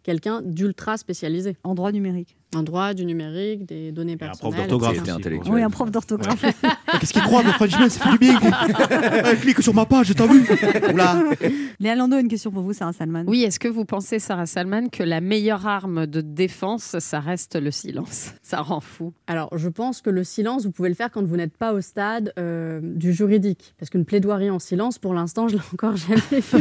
quelqu'un d'ultra spécialisé. En droit numérique. En droit, du numérique, des données Et un personnelles. prof d'orthographe et cetera. aussi, intellectuel. Oui, un prof d'orthographe. Qu'est-ce qu'il croit, mon Frenchman? Ça fait du bien. Ah, clique sur ma page, t'as vu? Oula. Léa Landau, une question pour vous, Sarah Salman. Oui, est-ce que vous pensez, Sarah Salman, que la meilleure arme de défense, ça reste le silence? Ça rend fou. Alors, je pense que le silence, vous pouvez le faire quand vous n'êtes pas au stade euh, du juridique. Parce qu'une plaidoirie en silence, pour l'instant, je l'ai encore jamais fait.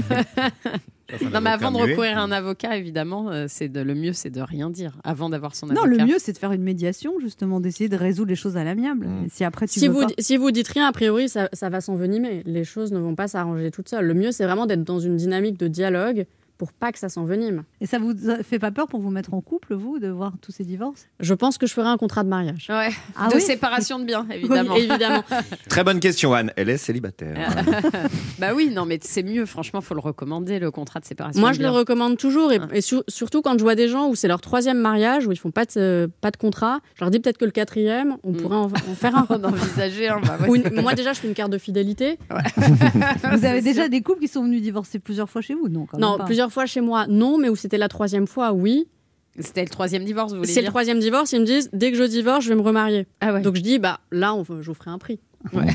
Non, mais avant de recourir à un avocat, évidemment, euh, c'est de, le mieux, c'est de rien dire avant d'avoir son Non, avocat. le mieux, c'est de faire une médiation, justement, d'essayer de résoudre les choses à l'amiable. Mmh. Et si après, tu Si veux vous, pas- si vous dites rien, a priori, ça, ça va s'envenimer. Les choses ne vont pas s'arranger toutes seules. Le mieux, c'est vraiment d'être dans une dynamique de dialogue pour pas que ça s'envenime. Et ça vous fait pas peur pour vous mettre en couple, vous, de voir tous ces divorces? Je pense que je ferai un contrat de mariage. Ouais. Ah de oui séparation de biens, évidemment. Oui, évidemment. Très bonne question, Anne. Elle est célibataire. Bah oui, non, mais c'est mieux. Franchement, faut le recommander, le contrat de séparation. Moi, de je le biens. recommande toujours. Et, Ah. et sur- surtout quand je vois des gens où c'est leur troisième mariage, où ils font pas de, pas de contrat, je leur dis peut-être que le quatrième, on Mm. pourrait en, en faire un. On envisageait un. Bah, ouais, Ou c'est- une- moi, déjà, je fais une carte de fidélité. Vous avez déjà des couples qui sont venus divorcer plusieurs fois chez vous? Non, quand même Non, pas. plusieurs fois chez moi, non, mais où c'était la troisième fois, oui. C'était le troisième divorce, vous voulez C'est le dire? troisième divorce, ils me disent dès que je divorce, je vais me remarier. Ah ouais. Donc je dis, bah là, on, je vous ferai un prix.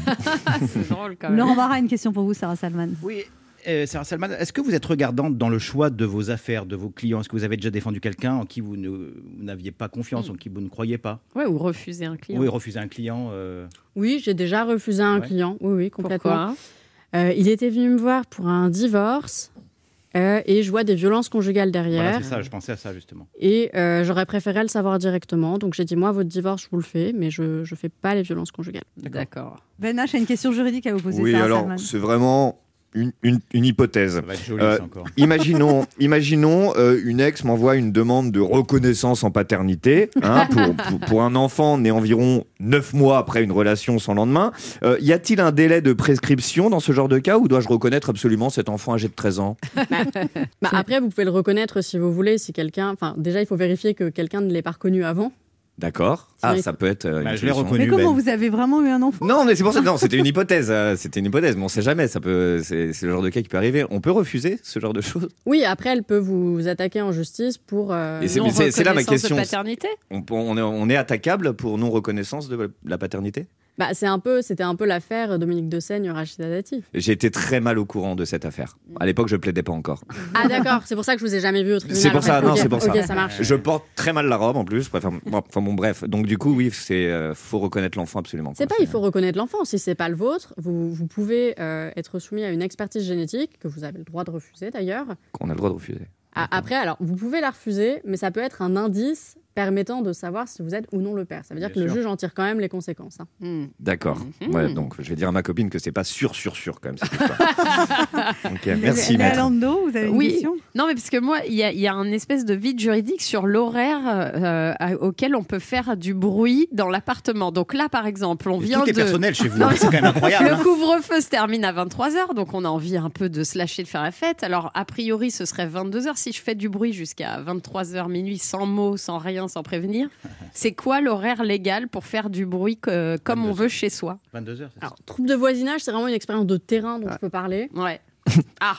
C'est drôle quand même. Laurent Barra, une question pour vous, Sarah Salman. Oui, euh, Sarah Salman, est-ce que vous êtes regardante dans le choix de vos affaires, de vos clients? Est-ce que vous avez déjà défendu quelqu'un en qui vous ne- vous n'aviez pas confiance, en qui vous ne croyez pas? Ouais, ou refuser un client. Oui, refuser un client. euh, Oui, j'ai déjà refusé un Ouais. client. Oui, oui, complètement. Pourquoi? Euh, il était venu me voir pour un divorce. Euh, et je vois des violences conjugales Voilà, derrière. c'est ça, je pensais à ça justement. Et euh, j'aurais préféré le savoir directement. Donc j'ai dit, moi, votre divorce, je vous le fais, mais je ne fais pas les violences conjugales. D'accord. Ben H a une question juridique à vous poser, Oui, Sarah alors Salman. c'est vraiment une, une- une hypothèse. Ça va être joli Euh, ça encore. Imaginons, imaginons euh, une ex m'envoie une demande de reconnaissance en paternité hein, pour, pour, pour un enfant né environ neuf mois après une relation sans lendemain. Euh, y a-t-il un délai de prescription dans ce genre de cas ou dois-je reconnaître absolument cet enfant âgé de treize ans? Bah, après, vous pouvez le reconnaître si vous voulez. Si quelqu'un, enfin, déjà, il faut vérifier que quelqu'un ne l'ait pas reconnu avant. D'accord. Sinon, Ah, il ça faut- peut être. euh, une Bah, je l'ai solution. reconnu. Mais comment Ben. vous avez vraiment eu un enfant? Non, mais c'est pour ça. Non, c'était une hypothèse. euh, c'était une hypothèse, mais on sait jamais. Ça peut. C'est c'est le genre de cas qui peut arriver. On peut refuser ce genre de choses. Oui, après, elle peut vous attaquer en justice pour. euh, Et c'est- Non c'est- c'est là ma reconnaissance question. de paternité. On, on est, on est attaquable pour non reconnaissance de la paternité. Bah, c'est un peu, c'était un peu l'affaire Dominique de Seigne, Rachida Dati. J'ai été très mal au courant de cette affaire. À l'époque, je plaidais pas encore. Ah d'accord, c'est pour ça que je vous ai jamais vu au tribunal. C'est pour en fait. ça, non, Ok, c'est pour ça. Ok, ça marche. Je porte très mal la robe en plus. Je préfère. Bon, enfin bon, bref. Donc du coup, oui, c'est euh, faut reconnaître l'enfant absolument. C'est quoi. pas, il faut reconnaître l'enfant. Si c'est pas le vôtre, vous, vous pouvez euh, être soumis à une expertise génétique que vous avez le droit de refuser d'ailleurs. On a le droit de refuser. Ah, après, alors vous pouvez la refuser, mais ça peut être un indice permettant de savoir si vous êtes ou non le père. Ça veut dire Bien que le sûr. juge en tire quand même les conséquences. hein. Hmm. D'accord. Mhm. Ouais, donc je vais dire à ma copine que c'est pas sûr, sûr, sûr quand même cette histoire. Ok, merci Léa maître. Landau, vous avez une Oui. question? Non, mais parce que moi, il y, a- il y a un espèce de vide juridique sur l'horaire euh, à- auquel on peut faire du bruit dans l'appartement. Donc là, par exemple, on Et vient tout est de... personnel chez vous, Non, hein, c'est quand même incroyable. Le hein. couvre-feu se termine à vingt-trois heures, donc on a envie un peu de se lâcher, de faire la fête. Alors, a priori, ce serait vingt-deux heures. Si je fais du bruit jusqu'à vingt-trois heures minuit, sans mots, sans rien, sans prévenir, c'est quoi l'horaire légal pour faire du bruit que- comme on vingt-deux veut chez soi? vingt-deux heures, c'est ça. Alors, troupe de voisinage, c'est vraiment une expérience de terrain dont je peux parler. Ouais. Ah,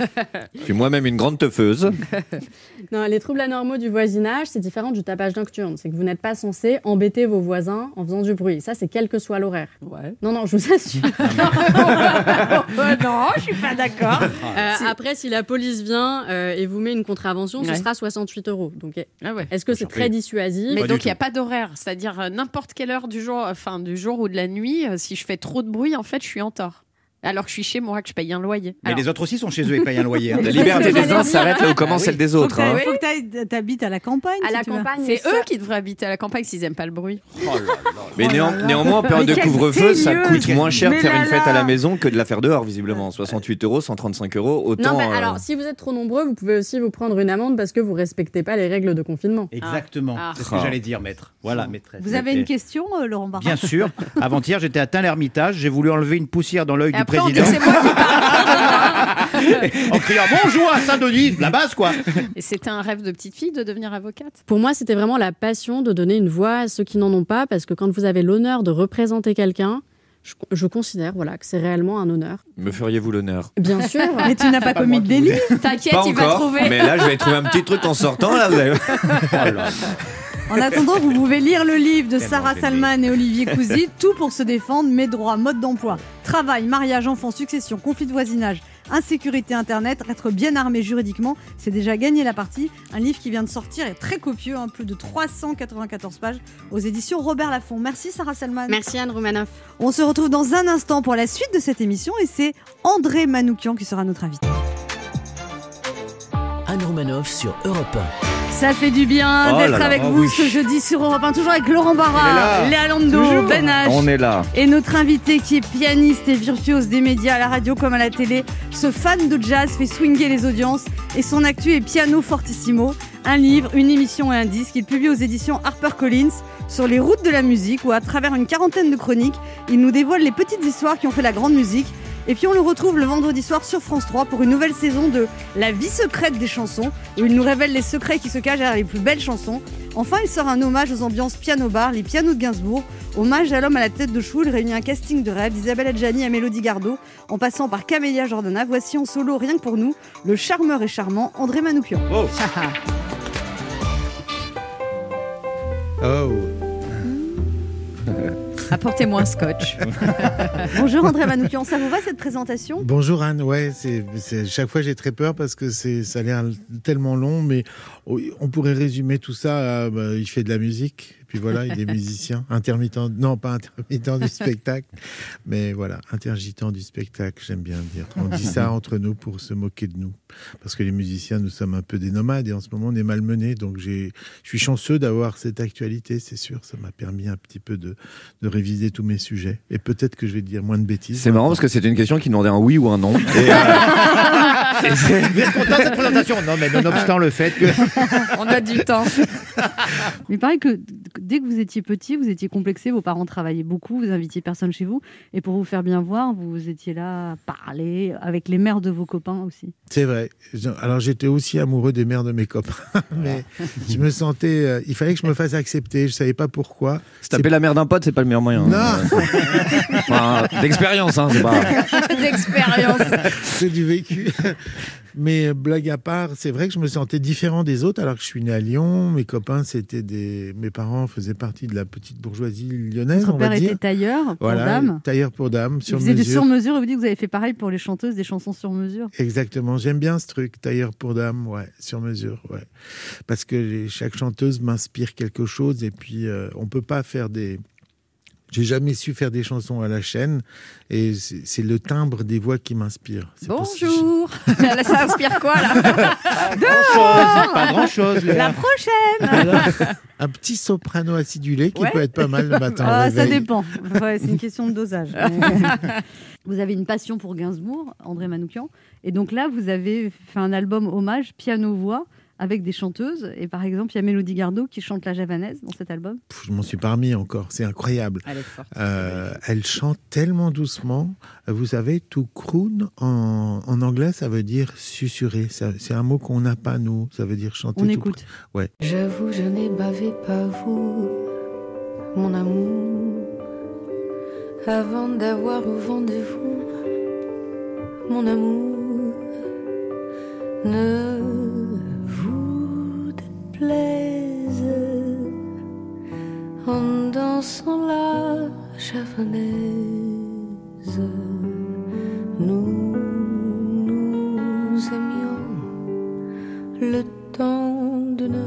Je suis moi-même une grande teufeuse. Non, les troubles anormaux du voisinage, c'est différent du tapage nocturne. C'est que vous n'êtes pas censé embêter vos voisins en faisant du bruit. Ça, c'est quel que soit l'horaire. ouais. Non, non, je vous assure. non, je suis pas d'accord. Euh, Après, si la police vient euh, et vous met une contravention, ce Ouais. sera soixante-huit euros. Donc, Ah ouais. est-ce que c'est Surpris. très dissuasif? Mais Pas donc du il n'y a tout. pas d'horaire, c'est-à-dire euh, n'importe quelle heure du jour, enfin du jour ou de la nuit, euh, si je fais trop de bruit, en fait, je suis en tort. Alors que je suis chez moi, que je paye un loyer. Mais Alors, les autres aussi sont chez eux et payent un loyer. hein. La C'est liberté ce que des j'allais uns dire. s'arrête là où commence Oui. celle des Faut autres. que hein. t'ailles- faut que t'ailles- t'habites à la campagne. À si la tu veux. campagne, c'est ça- eux qui devraient habiter à la campagne s'ils n'aiment pas le bruit. Oh là là. Mais Oh néan- là là. néanmoins, en période Mais de quel couvre-feu, ça ténieux. coûte moins cher de Mais faire là une fête à là. la maison que de la faire dehors, visiblement. soixante-huit euros, cent trente-cinq euros, autant. Non, mais euh, alors, si vous êtes trop nombreux, vous pouvez aussi vous prendre une amende parce que vous respectez pas les règles de confinement. Exactement, Ah. c'est ce que Ah. j'allais dire, maître. Voilà, maîtresse. Vous avez Et- une question, euh, Laurent Barra? Bien sûr. Avant-hier, j'étais à Tain-l'Hermitage. J'ai voulu enlever une poussière dans l'œil Et du après, on dit président. que c'est moi qui parle. En criant bonjour à Saint-Denis, la base quoi. Et c'était un rêve de petite fille de devenir avocate. Pour moi, c'était vraiment la passion de donner une voix à ceux qui n'en ont pas, parce que quand vous avez l'honneur de représenter quelqu'un, je, je considère voilà, que c'est réellement un honneur. Me feriez-vous l'honneur? Bien sûr. Mais tu n'as pas, pas commis de délit. T'inquiète, pas il encore, va trouver. Mais là, je vais trouver un petit truc en sortant. Là, vous avez... oh là. En attendant, vous pouvez lire le livre de Tellement Sarah gêné. Salman et Olivier Cousy, Tout pour se défendre, mes droits, mode d'emploi, travail, mariage, enfants, succession, conflit de voisinage, insécurité internet, être bien armé juridiquement, c'est déjà gagné la partie. Un livre qui vient de sortir est très copieux, hein, plus de trois cent quatre-vingt-quatorze pages aux éditions Robert Laffont. Merci Sarah Salman. Merci Anne Roumanoff. On se retrouve dans un instant pour la suite de cette émission et c'est André Manoukian qui sera notre invité. Anne Romanoff sur Europe un. Ça fait du bien Oh d'être là là, avec oh vous oui. ce jeudi sur Europe un, toujours avec Laurent Barra, Léa Lando, Toujours. Ben H. On est là. Et notre invité qui est pianiste et virtuose des médias à la radio comme à la télé, ce fan de jazz fait swinger les audiences et son actu est piano fortissimo, un livre, une émission et un disque. Il publie aux éditions HarperCollins sur les routes de la musique où à travers une quarantaine de chroniques, il nous dévoile les petites histoires qui ont fait la grande musique. Et puis on le retrouve le vendredi soir sur France trois pour une nouvelle saison de La vie secrète des chansons, où il nous révèle les secrets qui se cachent derrière les plus belles chansons. Enfin, il sort un hommage aux ambiances piano-bar, les pianos de Gainsbourg. Hommage à l'homme à la tête de chou, il réunit un casting de rêve d'Isabelle Adjani à Mélodie Gardot, en passant par Camélia Jordana. Voici en solo, rien que pour nous, le charmeur et charmant André Manoukian. Oh. Oh. Apportez-moi un scotch. Bonjour André Manoukian, ça vous va cette présentation? Bonjour Anne, ouais, c'est, c'est, chaque fois j'ai très peur parce que c'est, ça a l'air tellement long, mais on pourrait résumer tout ça à, bah, il fait de la musique, puis voilà, il est musicien, intermittent, non pas intermittent du spectacle, mais voilà, intermittent du spectacle, j'aime bien dire. On dit ça entre nous pour se moquer de nous, parce que les musiciens, nous sommes un peu des nomades et en ce moment on est malmenés, donc j'ai, je suis chanceux d'avoir cette actualité, c'est sûr, ça m'a permis un petit peu de, de réviser tous mes sujets, et peut-être que je vais dire moins de bêtises. C'est marrant parce que c'était une question qui demandait un oui ou un non. Et, euh, et c'est... Vous êtes content de cette présentation? Non, mais nonobstant le fait que... On a du temps. Mais pareil que dès que vous étiez petit, vous étiez complexé, vos parents travaillaient beaucoup, vous invitiez personne chez vous, et pour vous faire bien voir, vous étiez là à parler avec les mères de vos copains aussi. C'est vrai. Alors j'étais aussi amoureux des mères de mes copains, mais je me sentais, euh, il fallait que je me fasse accepter. Je savais pas pourquoi. Se taper la mère d'un pote, c'est pas le meilleur moyen. Non. Enfin, d'expérience, hein, c'est pas. D'expérience. C'est du vécu. Mais blague à part, c'est vrai que je me sentais différent des autres alors que je suis né à Lyon. Mes copains, c'était des, mes parents faisaient partie de la petite bourgeoisie lyonnaise. Votre on père va dire. était tailleur pour Voilà, dames. tailleur pour dames, Il sur faisait du mesure. sur-mesure et vous dites que vous avez fait pareil pour les chanteuses, des chansons sur mesure. Exactement, j'aime bien ce truc, tailleur pour dames, ouais, sur mesure, ouais. Parce que les, chaque chanteuse m'inspire quelque chose et puis euh, on peut pas faire des... J'ai jamais su faire des chansons à la chaîne et c'est, c'est le timbre des voix qui m'inspire. C'est pour ça que je- Bonjour. Là, ça inspire quoi là? Grand-chose, pas grand-chose. La prochaine. Un petit soprano acidulé qui Ouais. peut être pas mal le matin. au Ah, ça réveil. dépend. Ouais, c'est une question de dosage. Mais- Vous avez une passion pour Gainsbourg, André Manoukian. Et donc là, vous avez fait un album hommage piano-voix avec des chanteuses. Et par exemple, il y a Mélodie Gardot qui chante la javanaise dans cet album. Pff, je m'en suis pas remis encore, c'est incroyable. Elle est forte. Euh, elle chante tellement doucement. Vous savez, to croon en, en anglais, ça veut dire susurrer. Ça- c'est un mot qu'on n'a pas, nous. Ça veut dire chanter On tout écoute. Ouais. J'avoue, je n'ai bavé pas vous, mon amour, avant d'avoir au rendez-vous, mon amour. Ne vous déplaise en dansant la javanaise. Nous nous aimions le temps d'une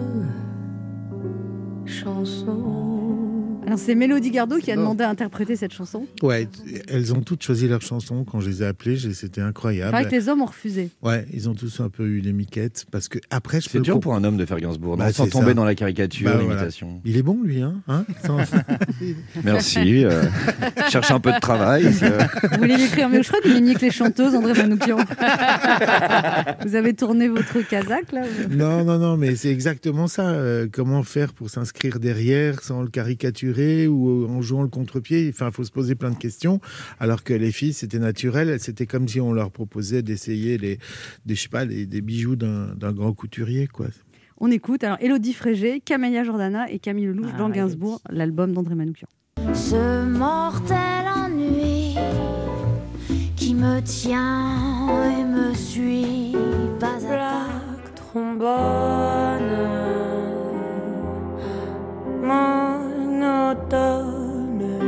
chanson. Alors c'est Mélodie Gardot qui a Non. demandé à interpréter cette chanson. Ouais, elles ont toutes choisi leur chanson quand je les ai appelées. j'ai- C'était C'est incroyable. vrai que les hommes ont refusé. Ouais, ils ont tous un peu eu les miquettes parce que après, je peux C'est le dur comp- pour un homme de faire Gainsbourg, non, Bah, sans c'est tomber ça. dans la caricature, Bah, voilà. l'imitation. Il est bon lui, hein, hein Sans- Merci. Euh, cherche un peu de travail. c'est, euh, Vous voulez l'écrire, mais je crois qu'il est mieux que les chanteuses, André Manoukian. Vous avez tourné votre Kazakh là vous- Non, non, non, mais c'est exactement ça. Euh, comment faire pour s'inscrire derrière sans le caricaturer ou en jouant le contre-pied? Enfin, il faut se poser plein de questions. Alors que les filles, c'était naturel. C'était comme si on leur proposait d'essayer les, des, je sais pas, les- des bijoux d'un, d'un grand couturier, quoi. On écoute alors Élodie Frégé, Camélia Jordana et Camille Lelouch Ah, dans ouais, Gainsbourg, l'album d'André Manoukian. Ce mortel ennui qui me tient et me suit pas à pas. Black trombone monotone.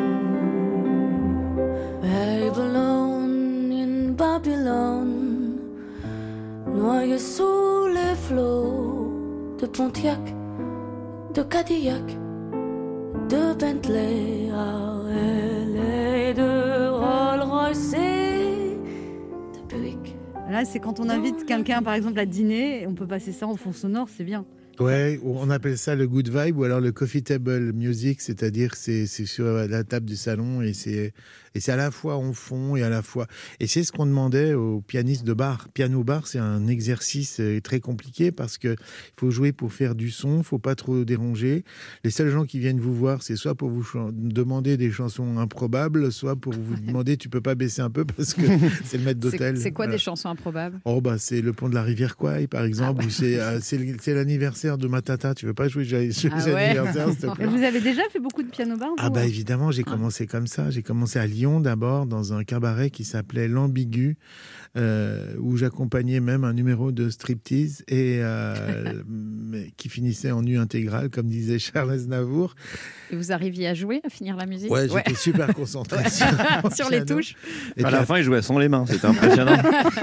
Babe alone in Babylone, noyé sous les flots de Pontiac, de Cadillac, de Bentley à L A, de Rolls-Royce et de Buick. Là, c'est quand on invite quelqu'un, par exemple, à dîner, et on peut passer ça en fond sonore, c'est bien. Ouais, on appelle ça le good vibe ou alors le coffee table music, c'est-à-dire c'est c'est sur la table du salon et c'est et c'est à la fois en fond et à la fois et c'est ce qu'on demandait aux pianistes de bar. Piano bar, c'est un exercice très compliqué parce que il faut jouer pour faire du son, faut pas trop déranger. Les seuls gens qui viennent vous voir, c'est soit pour vous ch- demander des chansons improbables, soit pour vous demander tu peux pas baisser un peu parce que c'est le maître d'hôtel. C'est, c'est quoi Voilà. des chansons improbables? Oh bah c'est le pont de la rivière Kouai par exemple, Ah ouais. ou c'est euh, c'est, le- c'est l'anniversaire de ma tata, tu veux pas jouer joyeux Ah ouais. anniversaire s'il te Et plaît. vous avez déjà fait beaucoup de piano bar vous Ah bah évidemment, j'ai commencé comme ça. J'ai commencé à Lyon d'abord dans un cabaret qui s'appelait l'Ambigu, euh, où j'accompagnais même un numéro de striptease et euh, mais qui finissait en nu intégral, comme disait Charles Aznavour. Et vous arriviez à jouer, à finir la musique? Ouais, j'étais super concentré Ouais. sur, Sur les piano. touches. Et à puis la fin, il jouait sans les mains, c'était impressionnant.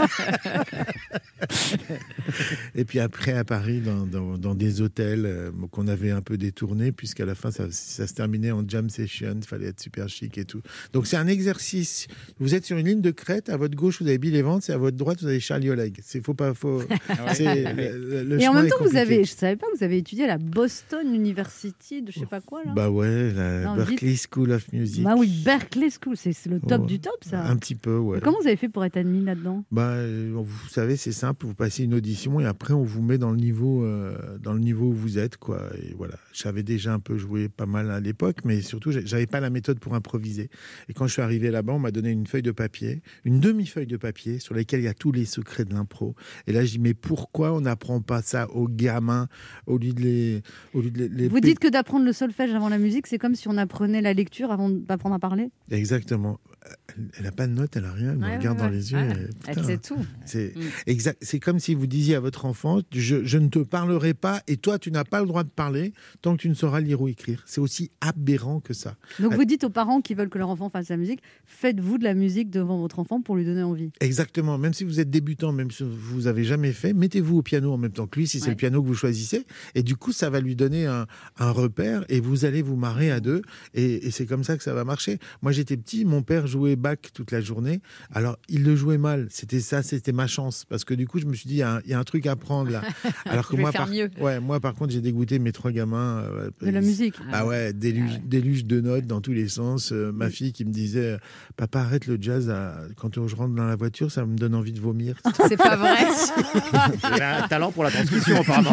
Et puis après à Paris, dans, dans, dans des hôtels euh, qu'on avait un peu détournés, puisqu'à la fin ça, ça se terminait en jam session, il fallait être super chic et tout. Donc c'est un exercice. Vous êtes sur une ligne de crête, à votre gauche vous avez Bill Evans et à votre droite vous avez Charlie Oleg. C'est faut pas faut. c'est, le, le Et en chemin même est temps, vous compliqué. avez, je savais pas, vous avez étudié à la Boston University de je sais pas quoi là. Bah ouais, la Non, Berklee dites- School of Music. Bah oui, Berklee School, c'est, c'est le top Oh, du top ça. Un petit peu, ouais. Et comment vous avez fait pour être admis là-dedans? Bah, euh, vous savez, c'est simple. Vous passez une audition et après on vous met dans le niveau, euh, dans le niveau où vous êtes, quoi. Et voilà. J'avais déjà un peu joué pas mal à l'époque, mais surtout j'ai- j'avais pas la méthode pour improviser. Et quand je suis arrivé là-bas, on m'a donné une feuille de papier, une demi-feuille de papier sur laquelle il y a tous les secrets de l'impro. Et là, je dis mais pourquoi on n'apprend pas ça aux gamins au lieu de les, au lieu de les, les Vous pé- dites que d'apprendre le solfège avant la musique, c'est comme si on apprenait la lecture avant d'apprendre à parler. Exactement. Elle n'a pas de notes, elle n'a rien. Elle me Ouais, regarde ouais, dans ouais. les yeux. Ouais. et, Elle putain, sait tout. C'est Mm. exact. C'est comme si vous disiez à votre enfant je, je ne te parlerai pas et toi, tu n'as pas le droit de parler tant que tu ne sauras lire ou écrire. C'est aussi aberrant que ça. Donc Ah, vous dites aux parents qui veulent que leur enfant fasse la musique, faites-vous de la musique devant votre enfant pour lui donner envie. Exactement. Même si vous êtes débutant, même si vous n'avez jamais fait, mettez-vous au piano en même temps que lui, si c'est Ouais. le piano que vous choisissez. Et du coup, ça va lui donner un, un repère et vous allez vous marrer à deux. Et, et c'est comme ça que ça va marcher. Moi, j'étais petit, mon père jouait Bach toute la journée. Alors, il le jouait mal. C'était ça, c'était ma chance. Parce que du coup, je me suis dit, il y a un, il y a un truc à prendre là. Alors que Je vais moi, faire par, mieux. ouais, moi, par contre, j'ai dégoûté mes trois gamins. euh, De la ils- musique. Ah ouais, déluge, déluge de notes dans tous les sens. Euh, ma fille qui me disait, euh, papa, arrête le jazz. à- Quand je rentre dans la voiture, ça me donne envie de vomir. C'est pas vrai. Il a un talent pour la transmission, apparemment.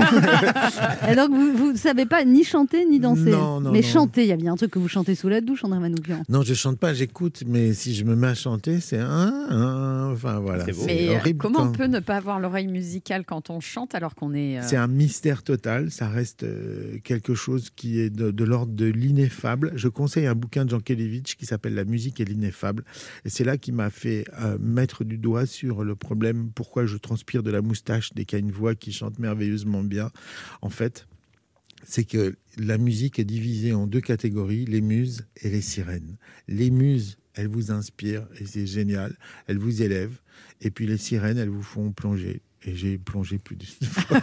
Et donc vous ne savez pas ni chanter ni danser. Non, non, Mais non. chanter, il y a bien un truc que vous chantez sous la douche, André Manoukian. Non, je chante pas, j'écoute, mais si je me mets à chanter, c'est un, un, enfin voilà. C'est beau. Mais euh, horrible comment quand- on peut ne pas avoir l'oreille musicale quand on chante alors qu'on est... euh, C'est un mystère total, ça reste euh, quelque chose qui est de, de l'ordre de l'ineffable. Je conseille un bouquin de Jean Kelevitch qui s'appelle La musique et l'ineffable. Et c'est là qu'il m'a fait euh, mettre du doigt sur le problème pourquoi je transpire de la moustache dès qu'il y a une voix qui chante merveilleusement bien. En fait, c'est que la musique est divisée en deux catégories, les muses et les sirènes. Les muses, elles vous inspirent et c'est génial, elles vous élèvent. Et puis les sirènes, elles vous font plonger. Et j'ai plongé plus d'une fois.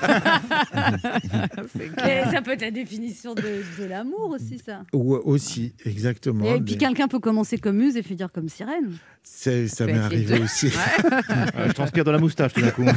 c'est clair. Et ça peut être la définition de, de l'amour aussi, ça. Ou aussi, exactement. Et puis Mais quelqu'un peut commencer comme muse et finir comme sirène. c'est- ça peut m'est être les arrivé deux. aussi. Euh, je transpire de la moustache tout d'un coup.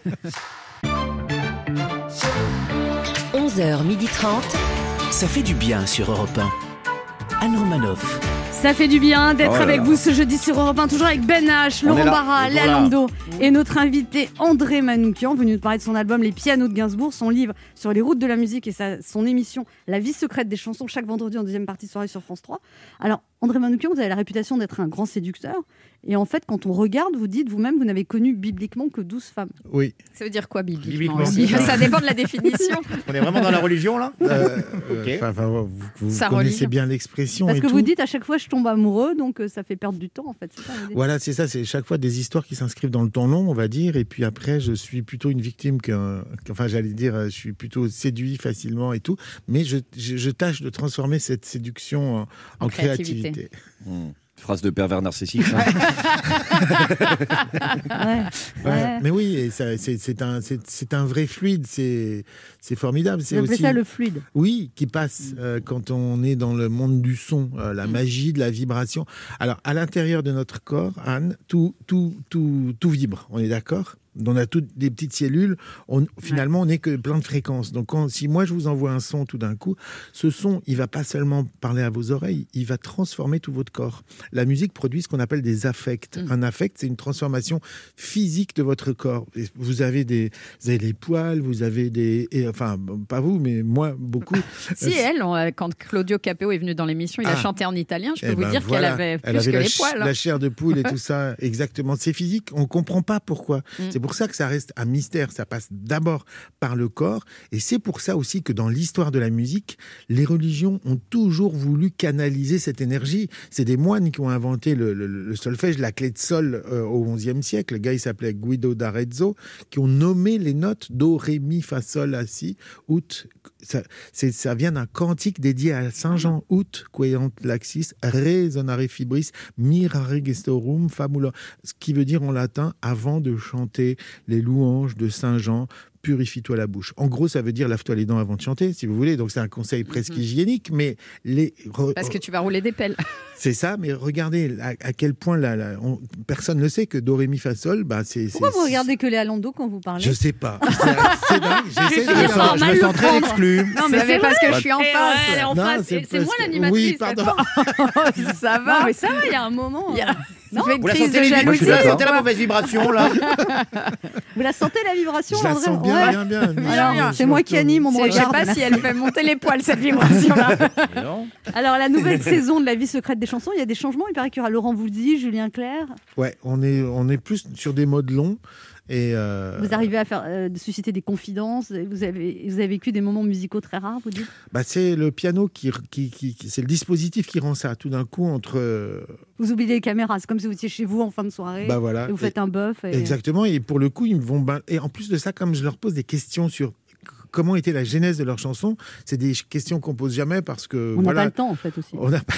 onze heures trente, ça fait du bien sur Europe un. Anne Romanoff. Ça fait du bien d'être Oh là avec là. vous ce jeudi sur Europe un, toujours avec Ben H, On Laurent est là. Barra, Et Léa voilà. Lando et notre invité André Manoukian, venu nous parler de son album Les Pianos de Gainsbourg, son livre sur les routes de la musique et sa, son émission La vie secrète des chansons, chaque vendredi en deuxième partie de soirée sur France trois. Alors, André Manoukian, vous avez la réputation d'être un grand séducteur. Et en fait, quand on regarde, vous dites vous-même, vous n'avez connu bibliquement que douze femmes. Oui. Ça veut dire quoi, bibliquement Bibliquement, aussi c'est ça. Ça dépend de la définition. On est vraiment dans la religion, là Euh, Ok. enfin, enfin, vous vous Ça connaissez relie. bien l'expression Parce et que tout. vous dites à chaque fois, je tombe amoureux, donc euh, ça fait perdre du temps en fait. C'est ça, vous dites. Voilà, c'est ça, c'est chaque fois des histoires qui s'inscrivent dans le temps long, on va dire, et puis après, je suis plutôt une victime qu'un, enfin, j'allais dire, je suis plutôt séduit facilement et tout, mais je, je, je tâche de transformer cette séduction en, en, En créativité. créativité. Mmh. Phrase de pervers narcissique. Ça. Ouais. Ouais, Ouais. mais oui, et ça, c'est, c'est, un, c'est, c'est un vrai fluide, c'est, c'est formidable. C'est Vous appelez aussi, ça le fluide. oui, qui passe euh, quand on est dans le monde du son, euh, la Mm. magie de la vibration. Alors, à l'intérieur de notre corps, Anne, tout, tout, tout, tout vibre, on est d'accord ? On a toutes des petites cellules, on, finalement on n'est que plein de fréquences. Donc quand, si moi je vous envoie un son tout d'un coup, ce son, il va pas seulement parler à vos oreilles, il va transformer tout votre corps. La musique produit ce qu'on appelle des affects. Mm. Un affect, c'est une transformation physique de votre corps. Et vous avez des, vous avez les poils, vous avez des, et, enfin pas vous, mais moi beaucoup. Si, elle, on, euh, quand Claudio Capeo est venu dans l'émission, il a Ah. chanté en italien. Je peux Eh vous ben dire voilà. qu'elle avait plus Elle avait que la les ch- poils. hein. La chair de poule et tout ça, exactement. C'est physique, on comprend pas pourquoi. Mm. C'est pour ça que ça reste un mystère. Ça passe d'abord par le corps, et c'est pour ça aussi que dans l'histoire de la musique, les religions ont toujours voulu canaliser cette énergie. C'est des moines qui ont inventé le, le- le solfège, la clé de sol euh, au onzième siècle. Le gars, il s'appelait Guido d'Arezzo, qui ont nommé les notes do, ré, mi, fa, sol, la, si, ut. Ça, c'est, ça vient d'un cantique dédié à Saint Jean, ut queant laxis, resonare fibris, mirare gestorum famula. Ce qui veut dire en latin, avant de chanter les louanges de Saint Jean, purifie-toi la bouche. En gros, ça veut dire lave-toi les dents avant de chanter, si vous voulez. Donc c'est un conseil presque Mhm. hygiénique, mais les Parce que tu vas rouler des pelles. c'est ça. Mais regardez à, à quel point la, la- on- personne ne sait que do ré mi fa sol, bah c'est. Pourquoi c'est- vous regardez que Léa Landau quand vous parlez? Je sais pas. C'est, c'est dingue. J'essaie de Je le sens faire. mal Je me le sens très prendre. exclu. Non, mais c'est parce vrai. que je suis en Et face. ouais, elle est en Non, face. c'est Et c'est moi parce que- l'animatrice. oui, pardon. Ça va. Non, mais ça va, il y a un moment. Il y a- euh, Ça Non, fait une Vous la crise sentez, de les- moi, je jalousie. suis d'accord. ou Sentez la quoi mauvaise vibration là. Vous la sentez la vibration, Je la André sens bien, Ouais. bien, bien. bien. Alors, c'est moi qui anime, on me C'est- Je sais regarde. pas si elle fait monter les poils cette vibration-là. Et non. Alors, la nouvelle saison de La vie secrète des chansons, il y a des changements. Il paraît qu'il y aura Laurent Voulzy, Julien Clerc. Ouais, on est, on est plus sur des modes longs. Et euh, Vous arrivez à faire euh, de susciter des confidences. Vous avez, vous avez vécu des moments musicaux très rares, vous dites? bah, c'est le piano qui, qui, qui, qui- c'est le dispositif qui rend ça. Tout d'un coup, entre euh, Vous oubliez les caméras. C'est comme si vous étiez chez vous en fin de soirée. bah voilà, Et vous faites Et- un bœuf. Et... exactement. Et pour le coup, ils me vont ba- et en plus de ça, comme je leur pose des questions sur c- comment était la genèse de leur chanson, c'est des ch- questions qu'on pose jamais parce que On n'a voilà, pas le temps, en fait, aussi. on n'a pas.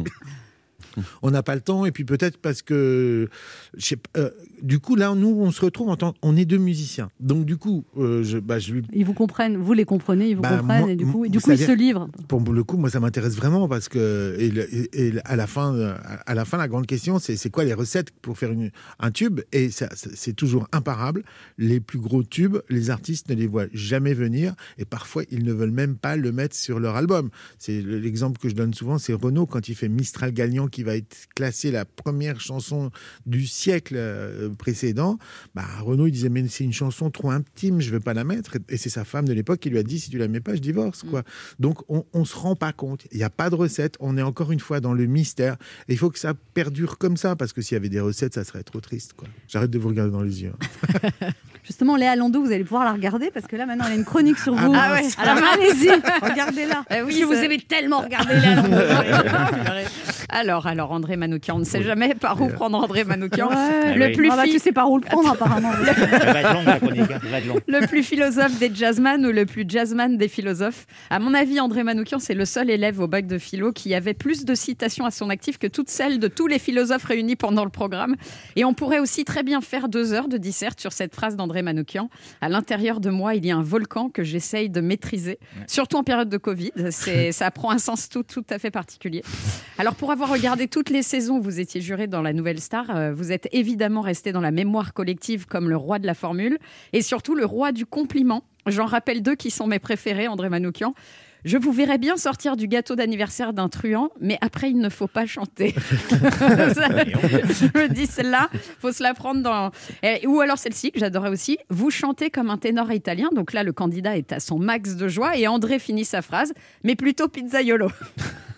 On n'a pas le temps, et puis peut-être parce que, je sais pas, euh, du coup, là, nous, on se retrouve en tant, on est deux musiciens. Donc, du coup, euh, je, bah, je lui, Ils vous comprennent. Vous les comprenez, ils vous Bah, comprennent. moi- et du coup, et vous du coup ils savez- se livrent. pour le coup, moi, ça m'intéresse vraiment parce que, et, le- et- et à la fin, euh, à la fin, la grande question, c'est, c'est quoi les recettes pour faire une, un tube? Et ça, ça- c'est toujours imparable. Les plus gros tubes, les artistes ne les voient jamais venir, et parfois, ils ne veulent même pas le mettre sur leur album. C'est le- l'exemple que je donne souvent, c'est Renaud quand il fait Mistral Gagnant, qui va être classé la première chanson du siècle euh, précédent. Bah, Renaud, il disait, mais c'est une chanson trop intime, je veux pas la mettre. Et c'est sa femme de l'époque qui lui a dit, si tu la mets pas, je divorce, quoi. Donc, on, on se rend pas compte. Il n'y a pas de recette. On est encore une fois dans le mystère. Et il faut que ça perdure comme ça, parce que s'il y avait des recettes, ça serait trop triste, quoi. J'arrête de vous regarder dans les yeux. Justement, Léa Landau, vous allez pouvoir la regarder parce que là, maintenant, elle a une chronique sur vous. Ah ouais. Alors, allez-y, regardez-la. Eh oui, parce que vous ça- aimez tellement regarder Léa Landau. Alors, alors André Manoukian, on ne sait jamais par où prendre André Manoukian. Ouais. Le oui. plus Ah bah, fi- tu sais par où le prendre, apparemment. Ça va être long la chronique. hein, ça va être long. le plus philosophe des jazzman ou le plus jazzman des philosophes. À mon avis, André Manoukian, c'est le seul élève au bac de philo qui avait plus de citations à son actif que toutes celles de tous les philosophes réunis pendant le programme. Et on pourrait aussi très bien faire deux heures de dissert sur cette phrase d'André Manoukian. À l'intérieur de moi, il y a un volcan que j'essaye de maîtriser, surtout en période de Covid. C'est, ça prend un sens tout, tout à fait particulier. Alors, pour avoir regardé toutes les saisons où vous étiez juré dans La Nouvelle Star, euh, vous êtes évidemment resté dans la mémoire collective comme le roi de la formule et surtout le roi du compliment. J'en rappelle deux qui sont mes préférés, André Manoukian. Je vous verrais bien sortir du gâteau d'anniversaire d'un truand, mais après, il ne faut pas chanter. Ça, je me dis, celle-là, il faut se la prendre dans... Et- ou alors celle-ci, que j'adorais aussi. Vous chantez comme un ténor italien. Donc là, le candidat est à son max de joie. Et André finit sa phrase, mais plutôt pizzaiolo.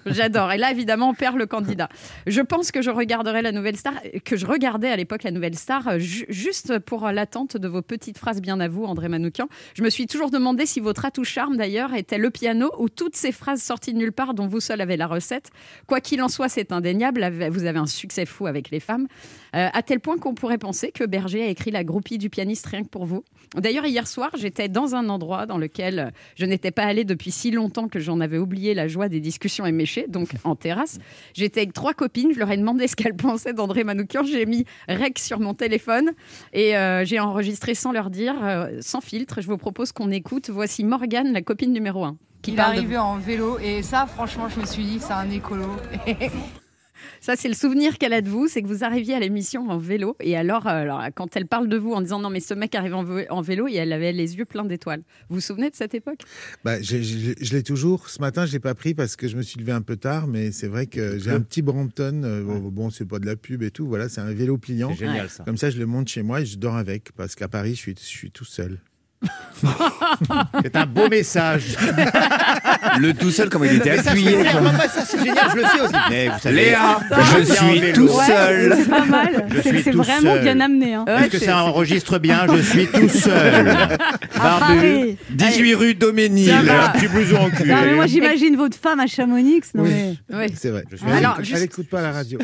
J'adore. Et là, évidemment, on perd le candidat. Je pense que je regarderai la Nouvelle Star, que je regardais à l'époque la Nouvelle Star, ju- juste pour l'attente de vos petites phrases bien à vous, André Manoukian. Je me suis toujours demandé si votre atout charme, d'ailleurs, était le piano ou toutes ces phrases sorties de nulle part dont vous seul avez la recette. Quoi qu'il en soit, c'est indéniable. Vous avez un succès fou avec les femmes. Euh, à tel point qu'on pourrait penser que Berger a écrit la groupie du pianiste rien que pour vous. D'ailleurs, hier soir, j'étais dans un endroit dans lequel je n'étais pas allée depuis si longtemps que j'en avais oublié la joie des discussions éméchées, donc en terrasse. J'étais avec trois copines, je leur ai demandé ce qu'elles pensaient d'André Manoukian. J'ai mis rec sur mon téléphone et euh, j'ai enregistré sans leur dire, euh, sans filtre. Je vous propose qu'on écoute. Voici Morgane, la copine numéro un. Qui Il est parle de arrivé en vélo et ça, franchement, je me suis dit, c'est un écolo. Ça, c'est le souvenir qu'elle a de vous, c'est que vous arriviez à l'émission en vélo. Et alors, euh, alors, quand elle parle de vous en disant non, mais ce mec arrive en, vé- en vélo, et elle avait les yeux pleins d'étoiles. Vous vous souvenez de cette époque ? Bah, j'ai- j'ai- je l'ai toujours. Ce matin, je l'ai pas pris parce que je me suis levé un peu tard, mais c'est vrai que j'ai un petit Brompton. Euh, bon, bon, c'est pas de la pub et tout. Voilà, c'est un vélo pliant. C'est génial, ça. Comme ça, je le monte chez moi et je dors avec parce qu'à Paris, je suis, je suis tout seul. C'est un beau message. Le tout seul, comme il était Mais ça, appuyé. je peux faire. quoi. Non, mais ça, c'est génial, je le fais aussi. Mais vous savez, Léa, je je viens en suis vélo. tout seul. C'est pas mal. Je C'est suis c'est tout vraiment seul. bien amené. Hein. Est-ce que ça enregistre bien ? Je suis tout seul. À Paris. dix-huit rue Doménil. Ça va. Un petit blouson en cul. Non, mais moi, j'imagine votre femme à Chamonix. Non, mais... Oui. C'est vrai. Je suis Elle Alors, écoute- juste- elle écoute pas la radio.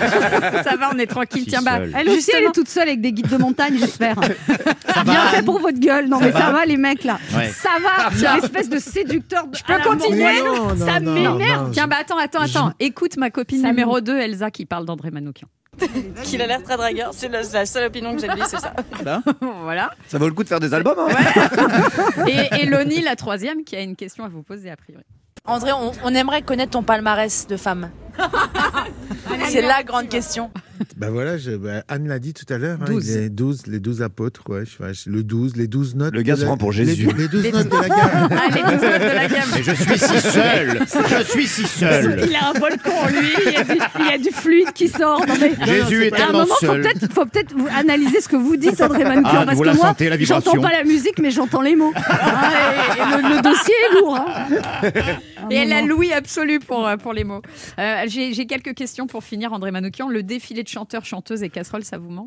Ça va, on est tranquille. Si Tiens, bah, seule. Elle aussi, elle est toute seule avec des guides de montagne, j'espère. Bien fait pour votre gueule. Non, mais ça va, les mecs, là. Ouais. Ça va. Tiens. L'espèce de séducteur. Je peux continuer ? Non, non, Ça non, m'énerve. non, Tiens, je- bah attends, attends, attends. Écoute ma copine Ça numéro deux, Elsa, qui parle d'André Manoukian. Qu'il a l'air très dragueur, c'est la, la seule opinion que j'ai de lui, c'est ça. Voilà. Ça vaut le coup de faire des albums. Hein. Et, et Loni, la troisième, qui a une question à vous poser a priori. André, on, on aimerait connaître ton palmarès de femme. C'est la grande question. Bah voilà, je, bah, Anne l'a dit tout à l'heure. Hein, douze. les douze, les douze apôtres, ouais, je, je- le douze, les douze notes. Le gars de se la- prend pour les- Jésus. Les douze Les notes de la gamme. Ah, les douze notes de la gamme. Mais je suis si seul. Je suis si seul. Il a un volcan en lui, il y a du, il y a du fluide qui sort. Non, mais... Jésus est À un tellement moment, faut seul. peut-être, faut peut-être vous analyser ce que vous dites, André Manoukian, Ah, parce vous que la moi, sentez, la vibration. j'entends pas la musique, mais j'entends les mots. Ah, et, et le, le dossier est lourd. Hein. Et elle a moment. l'ouïe absolue pour, euh, pour les mots. Euh, j'ai, j'ai quelques questions pour finir, André Manoukian. Le défilé de chanteurs, chanteuses et casseroles, ça vous manque ?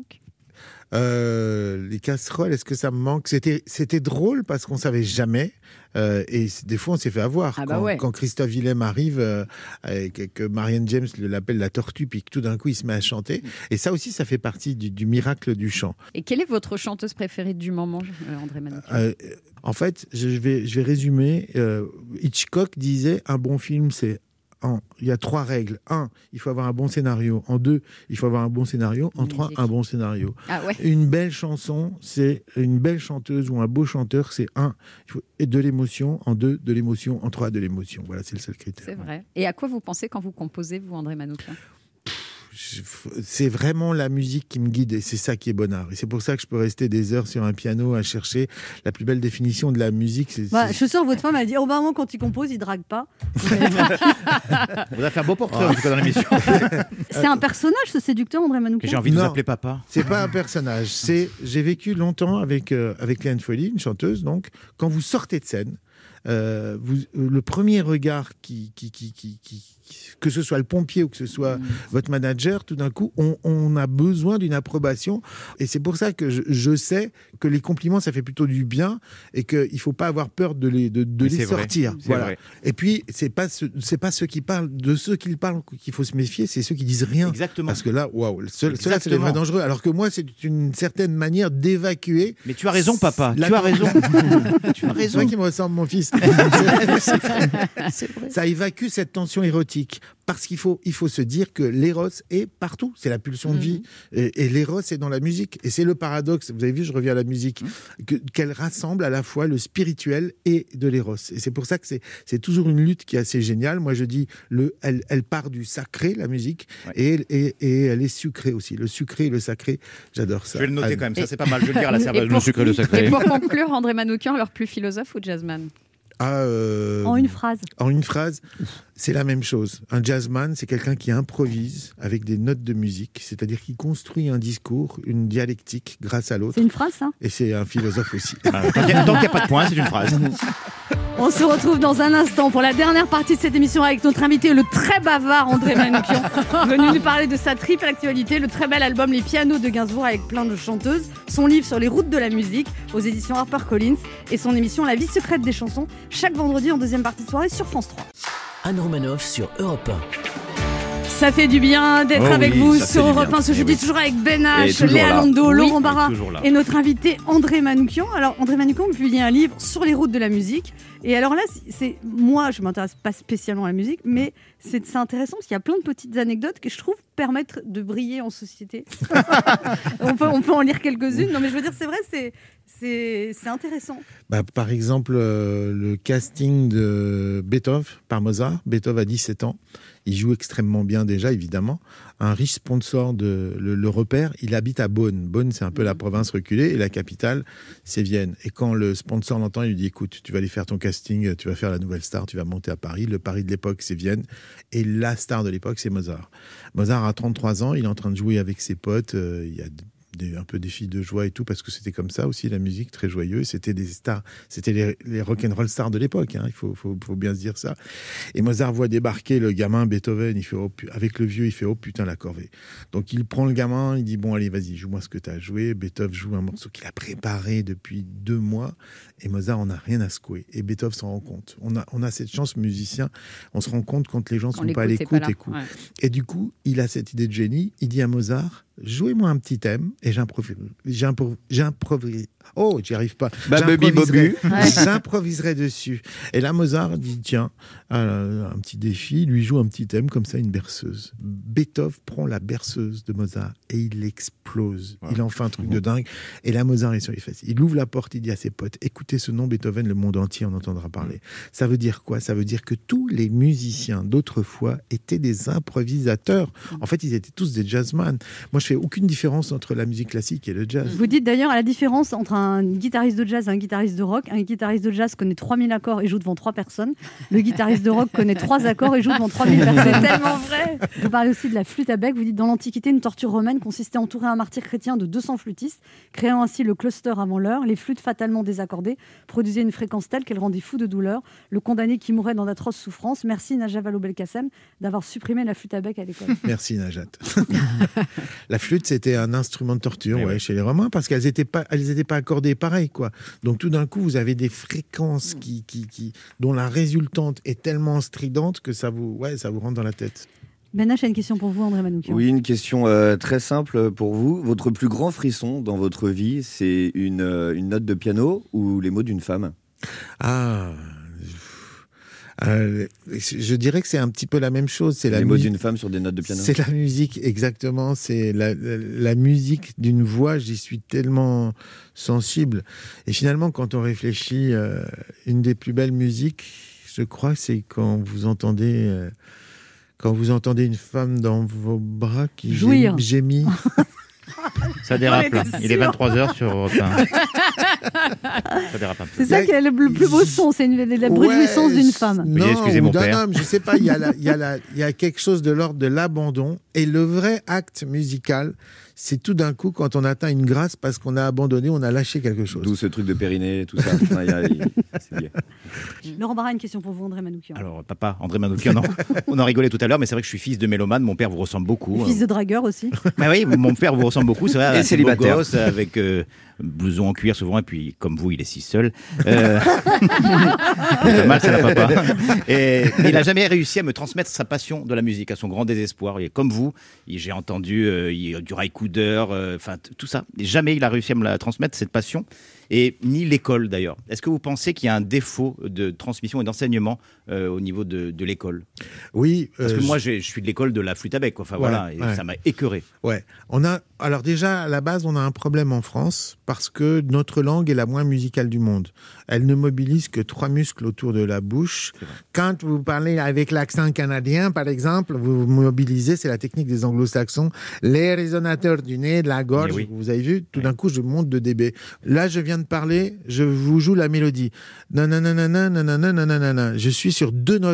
Euh, les casseroles, est-ce que ça me manque? C'était, c'était drôle parce qu'on savait jamais. Euh, et c- des fois, on s'est fait avoir. Ah bah quand, ouais. quand Christophe Willem arrive, euh, et que, que Marianne James le- l'appelle la tortue, puis que tout d'un coup, il se met à chanter. Et ça aussi, ça fait partie du, du miracle du chant. Et quelle est votre chanteuse préférée du moment, euh, André Manoukian ? Euh, en fait, je vais, je vais résumer. Euh, Hitchcock disait un bon film, c'est en, il y a trois règles. Un, il faut avoir un bon scénario. En deux, il faut avoir un bon scénario. En trois, un bon scénario. Ah ouais. Une belle chanson, c'est une belle chanteuse ou un beau chanteur, c'est un, il faut de l'émotion. En deux, de l'émotion. En trois, de l'émotion. Voilà, c'est le seul critère. C'est vrai. Et à quoi vous pensez quand vous composez, vous, André Manoukian ? Je- C'est vraiment la musique qui me guide et c'est ça qui est bonheur. Et c'est pour ça que je peux rester des heures sur un piano à chercher la plus belle définition de la musique. C'est, Bah, c'est- je suis sûre que votre femme a dit oh, bah, moi, quand il compose, il drague pas. Vous avez fait un beau portrait en tout cas dans l'émission. C'est un personnage, ce séducteur, André Manoukian. J'ai envie de vous Non. appeler papa. C'est pas un personnage. C'est j'ai vécu longtemps avec euh, avec Léane Folly, une chanteuse. Donc, quand vous sortez de scène, euh, vous, euh, le premier regard qui, qui, qui, qui, qui- qui- que ce soit le pompier ou que ce soit votre manager, tout d'un coup, on, on a besoin d'une approbation. Et c'est pour ça que je, je sais que les compliments, ça fait plutôt du bien et qu'il ne faut pas avoir peur de les, de, de Mais les c'est vrai. sortir. C'est Voilà. vrai. Et puis, c'est pas ce- c'est pas ceux qui parlent de ceux qui parlent qu'il faut se méfier, c'est ceux qui disent rien. Exactement. Parce que là, waouh, ce- ceux-là, c'est Exactement. des vrais dangereux. Alors que moi, c'est une certaine manière d'évacuer. Mais tu as raison, papa. La- Tu as raison. Tu as C'est raison. toi qui me ressemble, mon fils. Ça évacue cette tension érotique. Parce qu'il faut, il faut se dire que l'éros est partout. C'est la pulsion de vie. Et, et l'éros est dans la musique. Et c'est le paradoxe. Vous avez vu, je reviens à la musique. que- qu'elle rassemble à la fois le spirituel et de l'éros. Et c'est pour ça que c'est, c'est toujours une lutte qui est assez géniale. Moi, je dis, le, elle, elle part du sacré, la musique, Ouais. et, et, et elle est sucrée aussi. Le sucré et le sacré, j'adore ça. Je vais le noter Anne. quand même. Ça, c'est pas mal. Je vais le dire à la Et serveuse. pour- Le sucre et le Et sacré. pour conclure, André Manoukian, alors plus philosophe ou jazzman ? Ah, euh, En une phrase. En une phrase, c'est la même chose. Un jazzman, c'est quelqu'un qui improvise avec des notes de musique, c'est-à-dire qui construit un discours, une dialectique grâce à l'autre. C'est une phrase, ça Et c'est un philosophe aussi. Ah, Tant qu'il n'y a, tant qu'il y a pas de point, c'est une phrase. On se retrouve dans un instant pour la dernière partie de cette émission avec notre invité, le très bavard André Manoukian, venu nous parler de sa triple actualité, le très bel album Les Pianos de Gainsbourg avec plein de chanteuses, son livre sur les routes de la musique aux éditions HarperCollins et son émission La vie secrète des chansons, chaque vendredi en deuxième partie de soirée sur France trois. Anne Romanoff sur Europe un. Ça fait du bien d'être Oh avec oui, vous ça fait sur du Europe bien. un ce Eh jeudi, oui. toujours avec Ben Et H, toujours Léa là. Lando, Oui, Laurent et Barra toujours là. et notre invité André Manoukian. Alors André Manoukian publie un livre sur les routes de la musique. Et alors là, c'est- c'est moi, je m'intéresse pas spécialement à la musique, mais c'est c'est intéressant parce qu'il y a plein de petites anecdotes que je trouve permettent de briller en société. on, peut, on peut en lire quelques-unes. Non mais je veux dire, c'est vrai, c'est c'est c'est intéressant. Bah, par exemple, euh, le casting de Beethoven par Mozart. Beethoven a dix-sept ans. Il joue extrêmement bien déjà, évidemment. Un riche sponsor de le, le repère. Il habite à Bonn. Bonn, c'est un peu la province reculée. Et la capitale, c'est Vienne. Et quand le sponsor l'entend, il lui dit, écoute, tu vas aller faire ton casting, tu vas faire la nouvelle star, tu vas monter à Paris. Le Paris de l'époque, c'est Vienne. Et la star de l'époque, c'est Mozart. Mozart a trente-trois ans. Il est en train de jouer avec ses potes. Euh, il y a des, un peu des filles de joie et tout, parce que c'était comme ça aussi, la musique, très joyeux. C'était des stars, c'était les, les rock'n'roll stars de l'époque, hein, il faut, faut, faut bien se dire ça. Et Mozart voit débarquer le gamin Beethoven, il fait, oh, pu- avec le vieux, il fait, oh putain, la corvée. Donc il prend le gamin, il dit, bon, allez, vas-y, joue-moi ce que tu as joué. Beethoven joue un morceau qu'il a préparé depuis deux mois, et Mozart en a rien à secouer. Et Beethoven s'en rend compte. On a, on a cette chance, musicien, on se rend compte quand les gens ne On sont pas à l'écoute, t'es pas l'écoute. là. écoute. Ouais. Et du coup, il a cette idée de génie, il dit à Mozart, jouez-moi un petit thème, et j'improvise. J'impro- j'improvise. Oh, j'y arrive pas. Bah, baby J'improviserai- bobu. Ouais. J'improviserai dessus. Et là, Mozart dit, tiens, euh, un petit défi, lui joue un petit thème comme ça, une berceuse. Beethoven prend la berceuse de Mozart et il l'explose. Il en fait un truc de dingue. Et là, Mozart est sur les fesses. Il ouvre la porte, il dit à ses potes, écoutez ce nom Beethoven, le monde entier en entendra parler. Ça veut dire quoi? Ça veut dire que tous les musiciens d'autrefois étaient des improvisateurs. En fait, ils étaient tous des jazzman. Moi, je fais aucune différence entre la musique classique et le jazz. Vous dites d'ailleurs à la différence entre un guitariste de jazz et un guitariste de rock. Un guitariste de jazz connaît trois mille accords et joue devant trois personnes. Le guitariste de rock connaît trois accords et joue devant trois mille personnes. C'est tellement vrai. Vous parlez aussi de la flûte à bec. Vous dites dans l'Antiquité, une torture romaine consistait à entourer un martyr chrétien de deux cents flûtistes, créant ainsi le cluster avant l'heure. Les flûtes fatalement désaccordées produisaient une fréquence telle qu'elle rendait fou de douleur le condamné qui mourait dans d'atroces souffrances. Merci Najat Vallaud-Belkacem d'avoir supprimé la flûte à bec à l'école. Merci Najat. La flûte, c'était un instrument de torture Eh ouais, oui. chez les Romains parce qu'elles n'étaient pas, elles étaient pas accordées pareil, quoi. Donc tout d'un coup, vous avez des fréquences qui, qui, qui, dont la résultante est tellement stridente que ça vous, ouais, ça vous rentre dans la tête. Ben H a une question pour vous, André Manoukian. Oui, une question euh, très simple pour vous. Votre plus grand frisson dans votre vie, c'est une, euh, une note de piano ou les mots d'une femme? Ah. Euh, je dirais que c'est un petit peu la même chose. C'est la Les mots mu- d'une femme sur des notes de piano. C'est la musique, exactement. C'est la, la, la musique d'une voix. J'y suis tellement sensible. Et finalement, quand on réfléchit, euh, une des plus belles musiques, je crois, c'est quand vous entendez, euh, quand vous entendez une femme dans vos bras qui Jouir. gém- gémit. Ça dérape On là. était Il est sûr. vingt-trois heures sur Europe un. Ça dérape un peu. C'est ça qui est le, le plus beau son, c'est une- la bruit de Ouais, jouissance d'une femme. Non, Veuillez excuser ou mon d'un père. homme, je sais pas, il y a la- il y a la- il y a quelque chose de l'ordre de l'abandon. Et le vrai acte musical, c'est tout d'un coup quand on atteint une grâce parce qu'on a abandonné, on a lâché quelque chose. D'où ce truc de périnée, tout ça. Enfin, il y a- il- c'est lié. Laurent Barra, une question pour vous, André Manoukian. Alors, papa, André Manoukian, non. On en rigolait tout à l'heure, mais c'est vrai que je suis fils de mélomane. Mon père vous ressemble beaucoup. Fils de dragueur aussi. Bah oui, mon père vous ressemble beaucoup, c'est vrai. Et assez célibataire. beau gosse, avec euh, blouson en cuir souvent, et puis comme vous, il est si seul. Euh... Pas mal, ça, la papa. Et il n'a jamais réussi à me transmettre sa passion de la musique, à son grand désespoir. Et comme vous, il- j'ai entendu euh, il- du Raikouder, euh, enfin t- tout ça. Et jamais il a réussi à me la transmettre, cette passion. Et ni l'école d'ailleurs. Est-ce que vous pensez qu'il y a un défaut de transmission et d'enseignement euh, au niveau de, de l'école? Oui. Parce que euh, moi, j'ai- je suis de l'école de la flûte à bec, quoi. Enfin Ouais, voilà, et ouais. ça m'a écœuré. Ouais, on a alors déjà à la base on a un problème en France parce que notre langue est la moins musicale du monde. Elle ne mobilise que trois muscles autour de la bouche. Quand vous parlez avec l'accent canadien, par exemple, vous vous mobilisez, c'est la technique des anglo-saxons, les résonateurs du nez, de la gorge. Eh oui. Vous avez vu, tout d'un coup je monte de dB. Là je viens de parler, je vous joue la mélodie. Nananana, nananana, nananana. Je suis sur deux notes.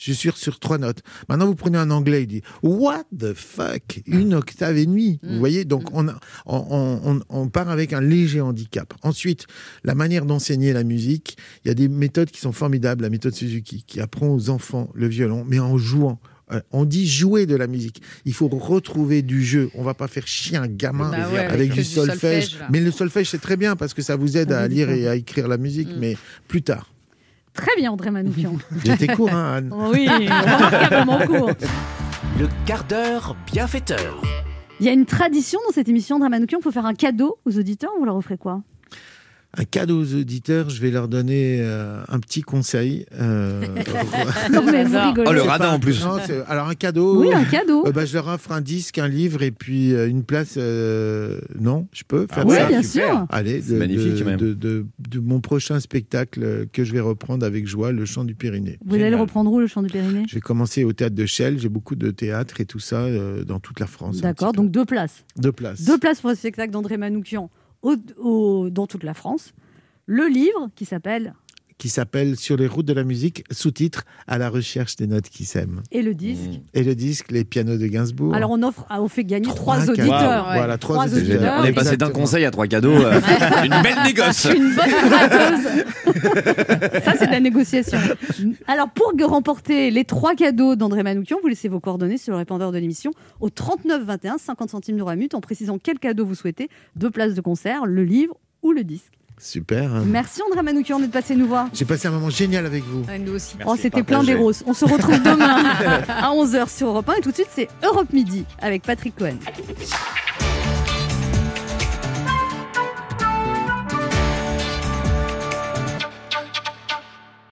Je suis sûr sur trois notes. Maintenant, vous prenez un anglais, il dit what the fuck, une octave et demie. Vous voyez, donc on, a, on, on, on part avec un léger handicap. Ensuite, la manière d'enseigner la musique, il y a des méthodes qui sont formidables. La méthode Suzuki, qui apprend aux enfants le violon, mais en jouant. On dit jouer de la musique. Il faut retrouver du jeu. On va pas faire chier un gamin bah ouais, avec du, du solfège. solfège mais le solfège, c'est très bien parce que ça vous aide Ça à vous lire dit et à écrire la musique, Mm. mais plus tard. Très bien, André Manoukian. J'étais court, hein, Anne. Oui, remarquablement court. Le quart d'heure bienfaiteur. Il y a une tradition dans cette émission, André Manoukian. Il faut faire un cadeau aux auditeurs. Vous leur offrez quoi? Un cadeau aux auditeurs, je vais leur donner euh, un petit conseil. Euh, Non, mais vous rigolez. Oh, le C'est radin pas- en plus. non, c'est- alors un cadeau. Oui, un cadeau. Euh, bah, je leur offre un disque, un livre et puis euh, une place. euh, Non, je peux faire Oui, ça. bien sûr. Allez, C'est de, magnifique, de, même. de, de- de mon prochain spectacle euh, que je vais reprendre avec joie, le Chant du Pyrénées. Vous allez le reprendre où, le Chant du Pyrénées? Je vais commencer au théâtre de Chelles. J'ai beaucoup de théâtre et tout ça euh, dans toute la France. un D'accord, petit peu. donc deux places. Deux places. Deux places pour le spectacle d'André Manoukian au, au- dans toute la France. Le livre qui s'appelle Qui s'appelle Sur les routes de la musique, sous-titre À la recherche des notes qui s'aiment. et le disque. Et le disque Les pianos de Gainsbourg. Alors on offre, ah, on fait gagner trois, cadeaux. auditeurs. Wow. Voilà, trois Trois auditeurs. auditeurs. On est passé d'un Exactement. conseil à trois cadeaux. euh, une belle négoce. Une bonne gratteuse. Ça, c'est de la négociation. Alors, pour remporter les trois cadeaux d'André Manoukian, vous laissez vos coordonnées sur le répondeur de l'émission au trente-neuf vingt et un, cinquante centimes d'euros à minute, en précisant quel cadeau vous souhaitez, deux places de concert, le livre ou le disque. Super. hein. Merci André Manoukian d'être passé nous voir. J'ai passé un moment génial avec vous. Ouais, nous aussi. Oh, c'était plein partagé. des roses. On se retrouve demain à onze heures sur Europe un et tout de suite, c'est Europe Midi avec Patrick Cohen.